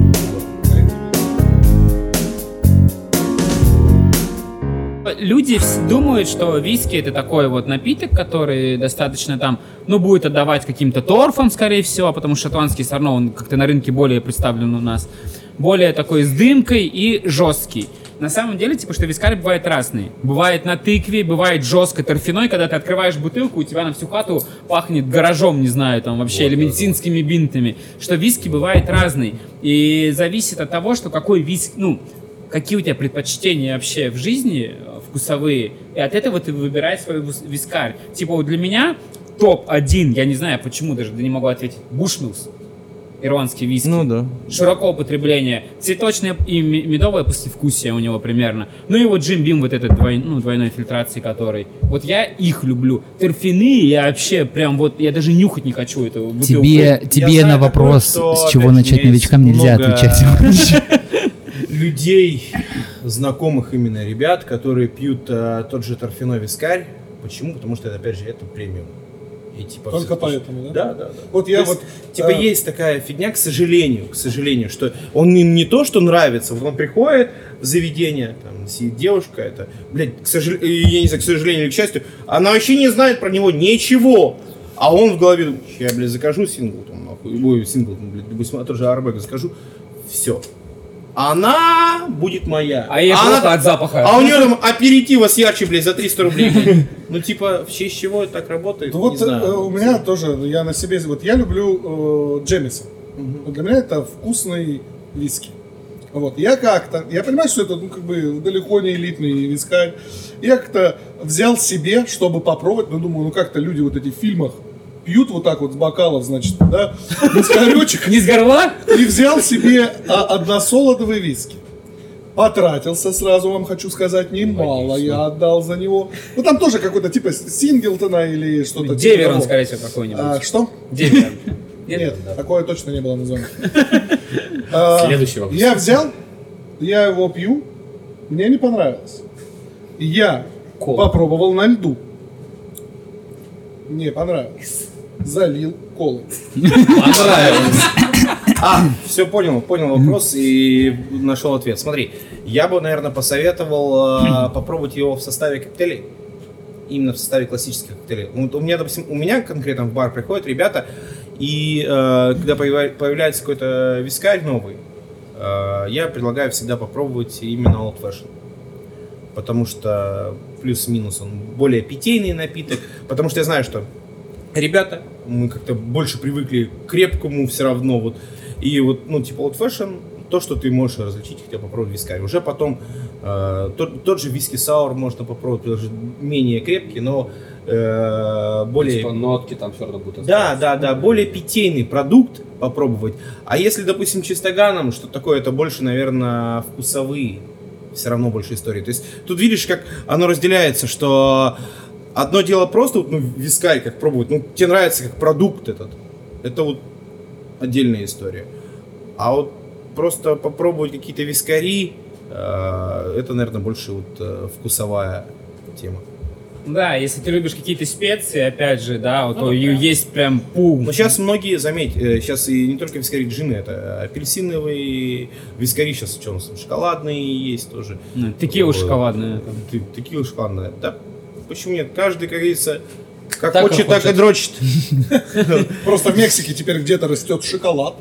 Люди думают, что виски это такой вот напиток, который достаточно там, ну, будет отдавать каким-то торфам, скорее всего, потому что шотландский все равно, он как-то на рынке более представлен у нас. Более такой с дымкой и жесткий. На самом деле, типа, что вискарь бывает разный. Бывает на тыкве, бывает жестко торфяной, когда ты открываешь бутылку, у тебя на всю хату пахнет гаражом, не знаю, там вообще, вот, или медицинскими бинтами. Что виски бывает разный. И зависит от того, что какой виски, ну, какие у тебя предпочтения вообще в жизни вкусовые, и от этого ты выбираешь свой вискарь. Типа вот для меня топ один, я не знаю почему, даже не могу ответить, Бушмилс. Ирландский виски. Ну да. Широкого потребления. Цветочное и медовое послевкусие у него примерно. Ну и вот Джим Бим, вот этот двой, ну, двойной фильтрации, который. Вот я их люблю. Торфяные я вообще прям вот, я даже нюхать не хочу эту бутылку. Тебе, тебе я на вопрос, такое, что, с чего начать новичкам, нельзя отвечать. Людей, знакомых именно ребят, которые пьют а, тот же торфяной вискарь. Почему? Потому что это, опять же, это премиум. И, типа, только все, поэтому, да? Да, да, да. Вот я есть, вот, типа, а... есть такая фигня, к сожалению, к сожалению, что он им не то, что нравится, вот он приходит в заведение, там, сидит девушка, это, блядь, к сожалению, я не знаю, к сожалению или к счастью, она вообще не знает про него ничего. А он в голове думает, я, блядь, закажу сингл, там, нахуй, ой, сингл, блядь, допустим, тот же Арбега закажу, все. Она будет моя. А ей плохо от запаха. А у нее там аперитива с ярче, блядь, за триста рублей. Ну, типа, в честь чего это так работает, вот не знаю. У меня тоже, я на себе, вот я люблю э, Джемисон. Угу. Для меня это вкусный виски. Вот, я как-то, я понимаю, что это, ну, как бы, далеко не элитный вискарь. Я как-то взял себе, чтобы попробовать, ну, думаю, ну, как-то люди вот эти в фильмах, пьют вот так вот с бокалов, значит, да, вискаречек. Не с горла? И взял себе а, односолодовый виски. Потратился сразу, вам хочу сказать, немало я отдал за него. Ну там тоже какой-то типа Синглтона или что-то. Деверон, типа скорее всего, какой-нибудь. А, что? Деверон. Нет, Нет да. такое точно не было названо. Следующий вопрос. Я взял, я его пью, мне не понравилось. Я попробовал на льду. Не понравилось. Залил колой. Понравилось. А, все понял, понял вопрос и нашел ответ. Смотри, я бы, наверное, посоветовал э, попробовать его в составе коктейлей. Именно в составе классических коктейлей. Вот у меня, допустим, у меня конкретно в бар приходят ребята, и э, когда появляется какой-то вискарь новый, э, я предлагаю всегда попробовать именно Old Fashion. Потому что плюс-минус он более питейный напиток. Потому что я знаю, что ребята, мы как-то больше привыкли к крепкому все равно. Вот. И вот, ну, типа Old Fashion, то, что ты можешь различить, хотя попробовать вискарь. Уже потом э, тот, тот же виски саур можно попробовать, тоже менее крепкий, но э, более... Типа нотки там все равно будут. Да, да, да, более питейный продукт попробовать. А если, допустим, чистоганом, что такое, это больше, наверное, вкусовые. Все равно больше истории. То есть тут видишь, как оно разделяется, что одно дело просто, ну, вискарь как пробовать, ну, тебе нравится как продукт этот. Это вот отдельная история. А вот просто попробовать какие-то вискари, э, это, наверное, больше вот э, вкусовая тема. Да, если ты любишь какие-то специи, опять же, да, вот ну, то есть прям пум. Но сейчас многие, заметь, сейчас и не только вискари джины, это апельсиновые вискари, сейчас что у нас, шоколадные есть тоже. Ну, текила шоколадная. Текила шоколадная, да. Почему нет? Каждый, как говорится, как так хочет, так и дрочит. Просто в Мексике теперь где-то растет шоколад.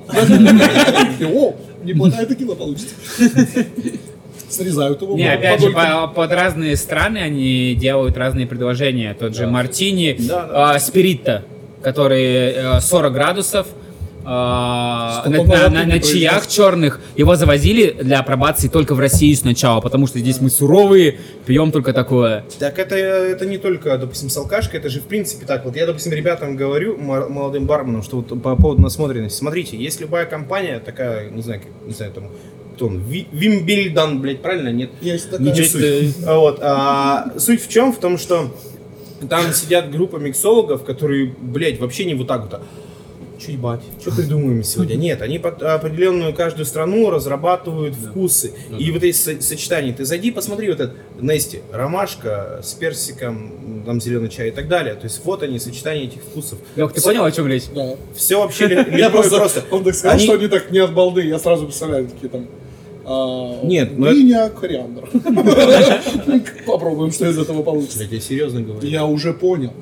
О, неплохая текила получится. Срезают его. Не, опять же, по, под разные страны они делают разные предложения. Тот же да. мартини, да, да. Э, спиритто, который э, сорок градусов, э, на, на, на, на чаях черных. Его завозили для апробации только в Россию сначала, потому что здесь мы суровые, пьем только такое. Так это, это не только, допустим, с алкашкой, это же в принципе так. Вот я, допустим, ребятам говорю, молодым барменам, что вот по поводу насмотренности. Смотрите, есть любая компания такая, не знаю, не знаю, там... Вимбельдан, блядь, правильно? Нет? Есть такая. Не суть. Вот. А, суть в чем? В том, что там сидят группа миксологов, которые, блядь, вообще не вот так вот. Че ебать? Что придумаем сегодня? Нет, они под определенную каждую страну разрабатывают вкусы. И вот эти сочетания. Ты зайди, посмотри вот это. Нести, ромашка с персиком, там зеленый чай и так далее. То есть вот они, сочетания этих вкусов. Лёх, ты понял, о чем речь? Да. Все вообще легко. Я просто, он так сказал, что они так не от балды. Я сразу представляю, такие там... Нет, ну это... кориандр. Попробуем, что из этого получится. Я тебе серьезно говорю. Я уже понял.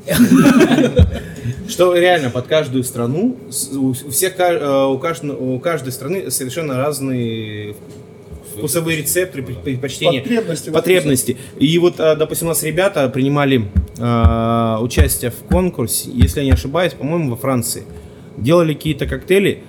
Что реально под каждую страну, у всех, у каждой, у каждой страны совершенно разные вкусовые рецепторы, предпочтения, потребности. потребности. И вот, допустим, у нас ребята принимали э, участие в конкурсе, если я не ошибаюсь, по-моему, во Франции. Делали какие-то коктейли.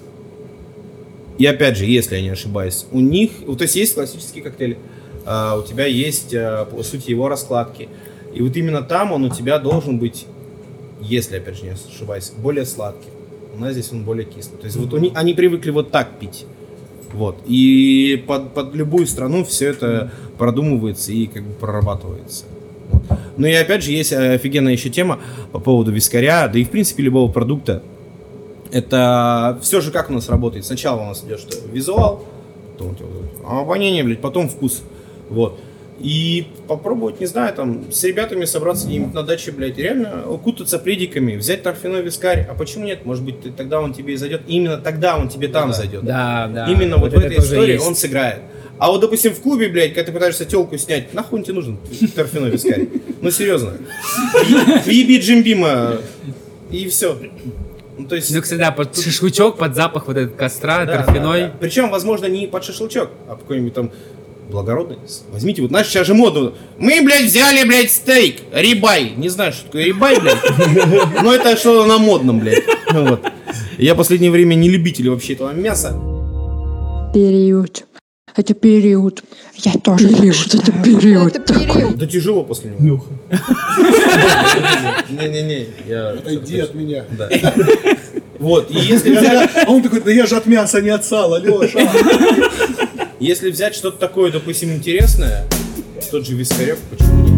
И опять же, если я не ошибаюсь, у них, то есть есть классические коктейли, а, у тебя есть, а, по сути, его раскладки. И вот именно там он у тебя должен быть, если, опять же, не ошибаюсь, более сладкий. У нас здесь он более кислый. То есть вот они, они привыкли вот так пить. Вот. И под, под любую страну все это продумывается и как бы прорабатывается. Вот. Ну и опять же, есть офигенная еще тема по поводу вискаря, да и в принципе любого продукта. Это все же как у нас работает. Сначала у нас идет что? Визуал, потом обоняние, блядь, потом вкус. Вот. И попробовать, не знаю, там, с ребятами собраться где-нибудь на даче, блядь, реально укутаться пледиками, взять торфяной вискарь. А почему нет? Может быть, тогда он тебе и зайдет. Именно тогда он тебе там да, зайдет. Да, да. Именно вот, вот в этой истории есть. Он сыграет. А вот, допустим, в клубе, блядь, когда ты пытаешься телку снять, нахуй он тебе нужен торфяной вискарь? Ну, серьезно. Въеби Джимбима, и все. Ну, то есть... ну, кстати, да, под шашлычок, под запах вот этот костра, да, торфяной. Да, да. Причем, возможно, не под шашлычок, а какой-нибудь там благородный. Возьмите, вот знаешь, сейчас же модно. Мы, блядь, взяли, блядь, стейк, рибай. Не знаю, что такое рибай, блядь. Но это что-то на модном, блядь. Вот. Я в последнее время не любитель вообще этого мяса. Период. Это период. Я тоже период. Это период. Это период. Да тяжело после него. Не, Не-не-не, я... Отойди от меня. Да. Вот, и если Я- взять... А он такой, да я же от мяса, не от сала, Леша. Если взять что-то такое, допустим, интересное, тот же Вискарев, почему нет?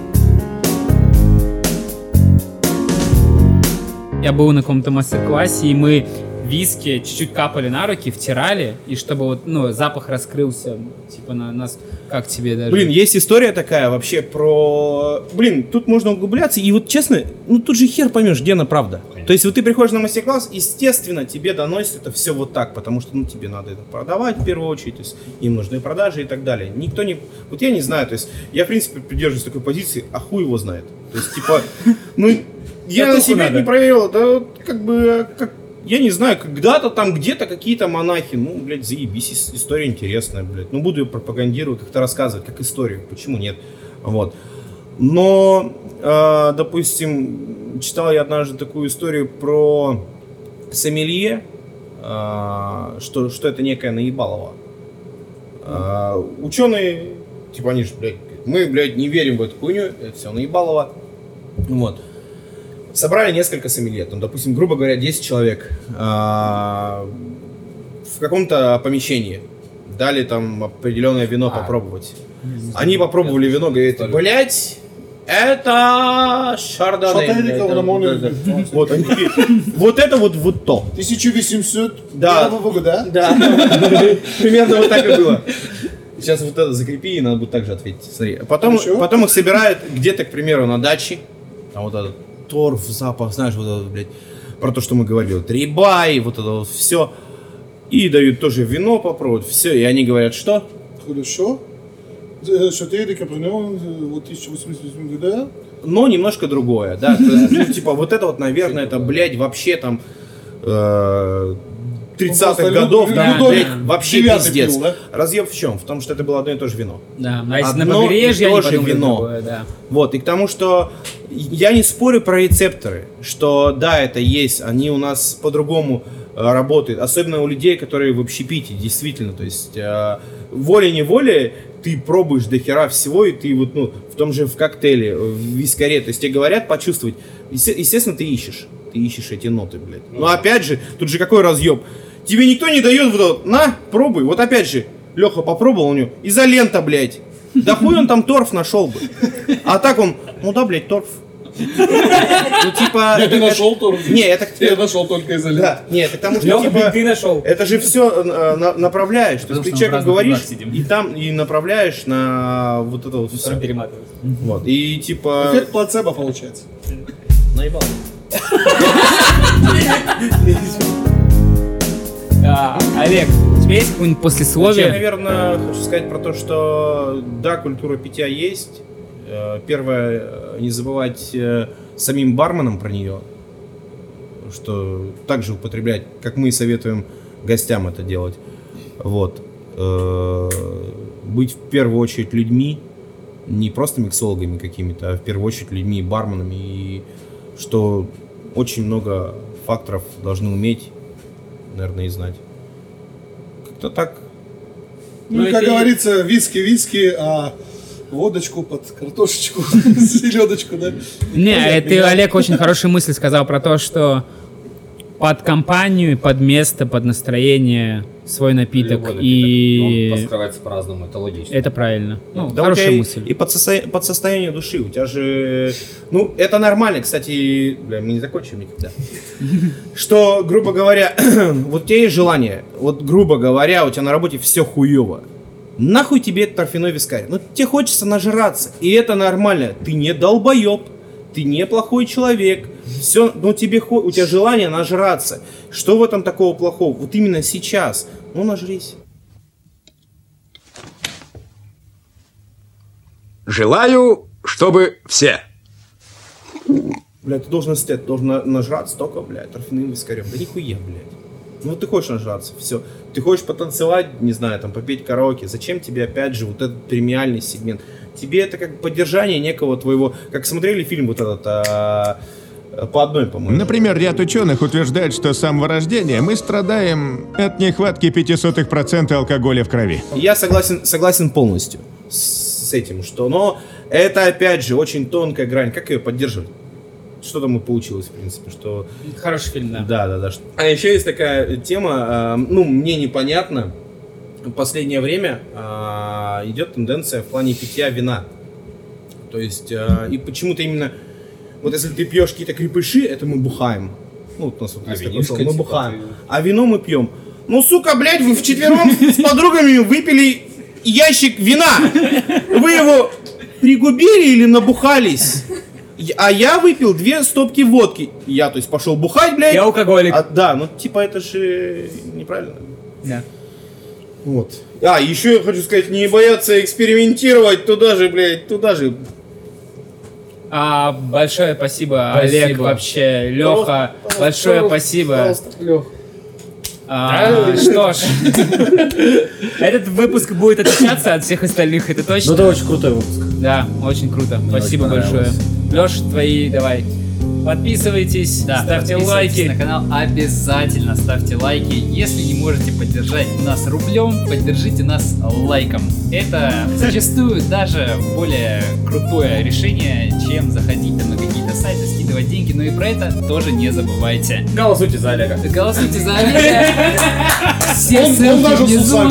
Я был на каком-то мастер-классе, и мы виски чуть-чуть капали на руки, втирали, и чтобы вот, ну, запах раскрылся, типа на нас, как тебе даже... Блин, есть история такая вообще про... Блин, тут можно углубляться, и вот честно, ну тут же хер поймешь, где она правда. То есть вот ты приходишь на мастер-класс, естественно, тебе доносят это все вот так, потому что, ну, тебе надо это продавать в первую очередь, то есть им нужны продажи и так далее. Никто не... Вот я не знаю, то есть я, в принципе, придерживаюсь такой позиции, а хуй его знает. То есть, типа, ну, я на себя не проверил, да вот как бы... Как... Я не знаю, когда-то там где-то какие-то монахи, ну, блядь, заебись, история интересная, блядь. Ну, буду ее пропагандировать, как-то рассказывать, как историю, почему нет, вот. Но, э, допустим, читал я однажды такую историю про сомелье, э, что, что это некая наебалово. Э, ученые, типа, они же, блядь, мы, блядь, не верим в эту хуйню, это все наебалово, вот. Собрали несколько сомелье, там, допустим, грубо говоря, десять человек а, в каком-то помещении. Дали там определенное вино а, попробовать. Они попробовали я вино, говорят, блять, это шардоне. Вот, они такие, вот это вот вот то. тысяча восемьсот да. года? Да. Примерно вот так и было. Сейчас вот это закрепи, и надо будет также ответить. Смотри. Потом, потом их собирают где-то, к примеру, на даче. Там вот этот торф, запах, знаешь, вот это, блядь, про то, что мы говорили, вот рибай, вот это вот все. И дают тоже вино попробовать, все, и они говорят, что? Хорошо. Что ты, вот тысяча восемьсот восьмого года? Но немножко другое, да, ну, типа, вот это вот, наверное, это, блядь, вообще там тридцатых годов, там, блядь, вообще пиздец. Пил, да? Разъеб в чем? В том, что это было одно и то же вино. Да, а если одно на побережье, и то же вино. Другое, да. Вот, и к тому, что я не спорю про рецепторы, что да, это есть, они у нас по-другому э, работают, особенно у людей, которые в общепите, действительно, то есть э, волей-неволей ты пробуешь до хера всего, и ты вот, ну, в том же в коктейле, в вискаре, то есть тебе говорят почувствовать, естественно, ты ищешь, ты ищешь эти ноты, блядь. Но опять же, тут же какой разъеб. Тебе никто не дает вот это, на, пробуй. Вот опять же, Леха попробовал у него, изолента, блядь. Да хуй он там торф нашел бы. А так он, ну да, блядь, торф. Ну типа... Я ты нашел торф? Не, это... Я нашел только изолент. Да, нет, это потому что, типа... ты нашел. Это же все направляешь. То есть ты человеку говоришь, и там, и направляешь на вот это вот все. Перематывать. Вот, и типа... Эффект плацебо получается. Наебал. А, Олег, у тебя есть какое-нибудь послесловие? Я, наверное, хочу сказать про то, что да, культура питья есть. Первое, не забывать самим барменам про нее, что также употреблять, как мы советуем гостям это делать. Вот. Быть в первую очередь людьми, не просто миксологами какими-то, а в первую очередь людьми и барменами, и что очень много факторов должны уметь, наверное, и знать. Как-то так. Ну, ну как это... говорится, виски-виски, а водочку под картошечку, селедочку, да? Не, ты, Олег, очень хорошую мысль сказал про то, что под компанию, под место, под настроение свой напиток. Любой и он раскрывается по-разному, это логично. Это правильно. Ну, да, хорошая мысль. И под, состо... под состояние души. У тебя же... Ну, это нормально, кстати, бля, мы не закончим никогда. Что, грубо говоря, вот у тебя есть желание, вот, грубо говоря, у тебя на работе все хуево. Нахуй тебе этот торфяной вискарь? Ну, тебе хочется нажраться, и это нормально. Ты не долбоеб, ты не плохой человек. Все, ну, тебе, у тебя желание нажраться. Что в этом такого плохого? Вот именно сейчас. Ну, нажрись. Желаю, чтобы все. Блядь, ты должен, ты должен нажраться только, блядь, торфяным вискарем. Да нихуя, блядь. Ну, ты хочешь нажраться, все. Ты хочешь потанцевать, не знаю, там, попеть караоке. Зачем тебе, опять же, вот этот премиальный сегмент? Тебе это как поддержание некого твоего... Как смотрели фильм вот этот... А... По одной, по-моему. Например, ряд ученых утверждает, что с самого рождения мы страдаем от нехватки пять десятых процента алкоголя в крови. Я согласен, согласен полностью с этим, что... Но это, опять же, очень тонкая грань. Как ее поддерживать? что там и получилось, в принципе, что... Хороший фильм, да. Да, да, да. А еще есть такая тема, ну, мне непонятно, в последнее время идет тенденция в плане питья вина. То есть, и почему-то именно, вот если ты пьешь какие-то крепыши, это мы бухаем. Ну, вот у нас вот есть такое слово, мы бухаем. А вино мы пьем. Ну, сука, блядь, вы вчетвером с подругами выпили ящик вина. Вы его пригубили или набухались? А я выпил две стопки водки. Я, то есть, пошел бухать, блядь. Я алкоголик. А, да, ну, типа, это же неправильно. Да. Вот. А, еще я хочу сказать, не бояться экспериментировать туда же, блядь, туда же. А, большое спасибо, Спасибо. Олег, вообще, Леха, Пожалуйста, большое пожалуйста, спасибо. пожалуйста, Лех. А, что ж, этот выпуск будет отличаться от всех остальных, это точно. Ну, это очень крутой выпуск. Да, очень круто. Мне Спасибо очень большое. Леш, твои, давай. Подписывайтесь, Да, ставьте подписывайтесь лайки. на канал, обязательно ставьте лайки. Если не можете поддержать нас рублем, поддержите нас лайком. Это зачастую даже более крутое решение, чем заходить там на какие-то сайты, скидывать деньги. Но и про это тоже не забывайте. Голосуйте за Олега. Голосуйте за Олега. Все Он- он ссылки даже с внизу. усами.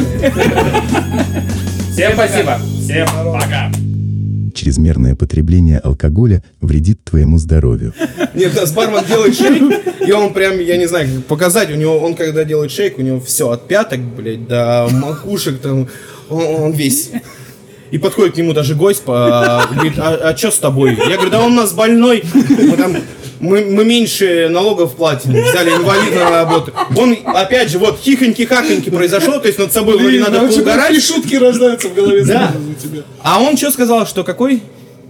Всем спасибо. Всем пока. Чрезмерное потребление алкоголя вредит твоему здоровью. Нет, да, бармен делает шейк, и он прям, я не знаю, как показать, у него, он когда делает шейк, у него все от пяток, блядь, до макушек, там, он, он весь. И подходит к нему даже гость, по, говорит, а, а что с тобой? Я говорю, да он у нас больной, мы, там, мы, мы меньше налогов платим, взяли инвалида на работу. Он, опять же, вот хихоньки-хахоньки произошло, то есть над собой вроде надо очень поугарать. такие шутки рождаются в голове Да. сразу у тебя. А он что сказал, что какой?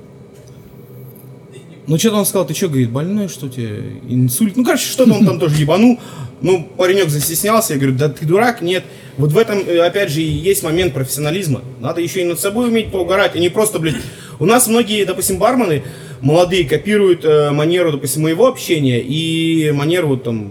Ну что-то он сказал, ты что, говорит, больной, что тебе, инсульт? Ну, короче, что-то он там тоже ебанул. Ну, паренек застеснялся, я говорю, да ты дурак, нет. Вот в этом, опять же, и есть момент профессионализма. Надо еще и над собой уметь поугарать, а не просто, блядь. У нас многие, допустим, бармены молодые копируют э, манеру, допустим, моего общения и манеру вот там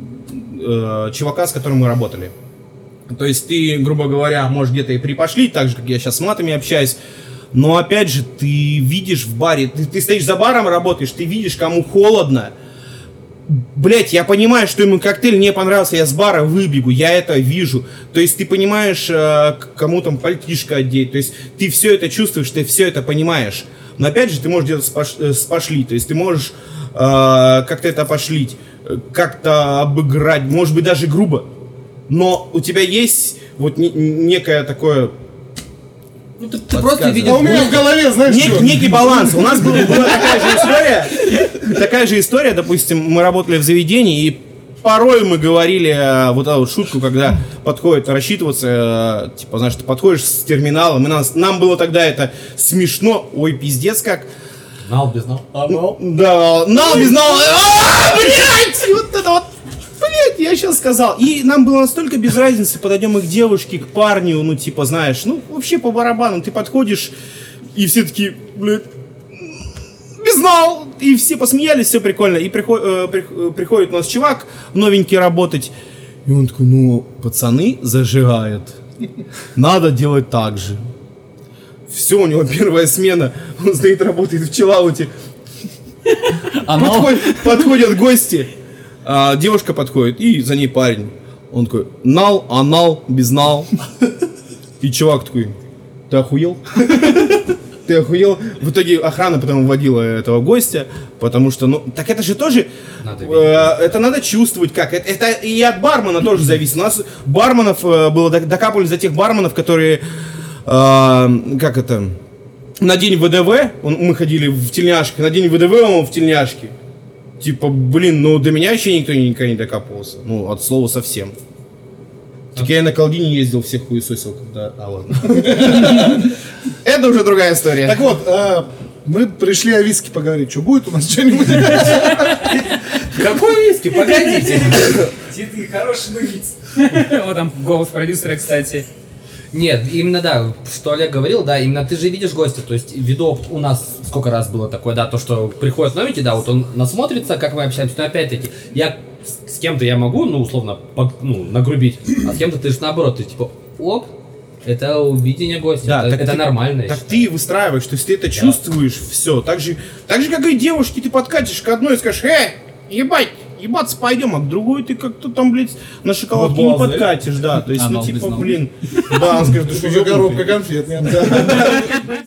э, чувака, с которым мы работали. То есть ты, грубо говоря, можешь где-то и припошлить, так же, как я сейчас с матами общаюсь. Но опять же, ты видишь в баре, ты, ты стоишь за баром, работаешь, ты видишь, кому холодно. Блять, я понимаю, что ему коктейль не понравился, я с бара выбегу, я это вижу. То есть ты понимаешь, кому там пальтишко одеть, то есть ты все это чувствуешь, ты все это понимаешь. Но опять же, ты можешь где-то спош- спошлить, то есть ты можешь э, как-то это пошлить, как-то обыграть, может быть даже грубо. Но у тебя есть вот не- некое такое... Ну, ты, ты просто видишь... А у меня в голове, знаешь, Нек- что? некий баланс. У нас был- была такая же история. Такая же история, допустим, мы работали в заведении, и порой мы говорили э, вот эту вот шутку, когда подходит рассчитываться, э, типа, знаешь, ты подходишь с терминалом, и нас, нам было тогда это смешно. Ой, пиздец как. Нал без нал. А, нал. Да, нал без нал. А, блядь! Вот это вот. Блять, я сейчас сказал. И нам было настолько без разницы, подойдем мы к девушке, к парню, ну, типа, знаешь, ну, вообще по барабану. Ты подходишь, и все такие, блядь, безнал. И все посмеялись, все прикольно. И приход, э, при- приходит у нас чувак новенький работать. И он такой, ну, пацаны зажигают. Надо делать так же. Все, у него первая смена. Он стоит, работает в чиллауте. Подходят, подходят гости. А, девушка подходит, и за ней парень. Он такой, нал, анал, безнал. И чувак такой, ты охуел? Ты охуел? В итоге охрана потом вводила этого гостя, потому что, ну, так это же тоже, Надо э, это надо чувствовать как. Это, это и от бармена тоже зависит. У нас барменов э, было, док- докапывались за тех барменов, которые, э, как это, на день ВДВ, он- мы ходили в тельняшках, на день ВДВ он в тельняшке. Типа, блин, ну до меня еще никто никогда не докапывался. Ну, от слова совсем. Так я и на колдине ездил, всех хуесосил, когда... А, ладно. Это уже другая история. Так вот, э, мы пришли о виске поговорить. Что, будет у нас что-нибудь? Какой виски? Погодите. Ты хороший нагиц. Вот там голос продюсера, кстати. Нет, именно да, что Олег говорил, да, именно ты же видишь гостя, то есть видок у нас сколько раз было такое, да, то, что приходит новенький, да, вот он насмотрится, как мы общаемся, но опять-таки, я с, с кем-то я могу, ну, условно, по, ну, нагрубить, а с кем-то ты же наоборот, ты типа, оп, Это видение гостя, Да, это, так это ты- нормально. я Так считаю. ты выстраиваешь, то есть ты это чувствуешь, все. Так же, так же, как и девушки, ты подкатишь к одной и скажешь, э, ебать, ебаться пойдем, а к другой ты как-то там, блядь, на шоколадке не Базы. подкатишь, да. То есть, А, ну, ну, типа, без блин, да, он скажет, Что что за коробка конфет? Нет?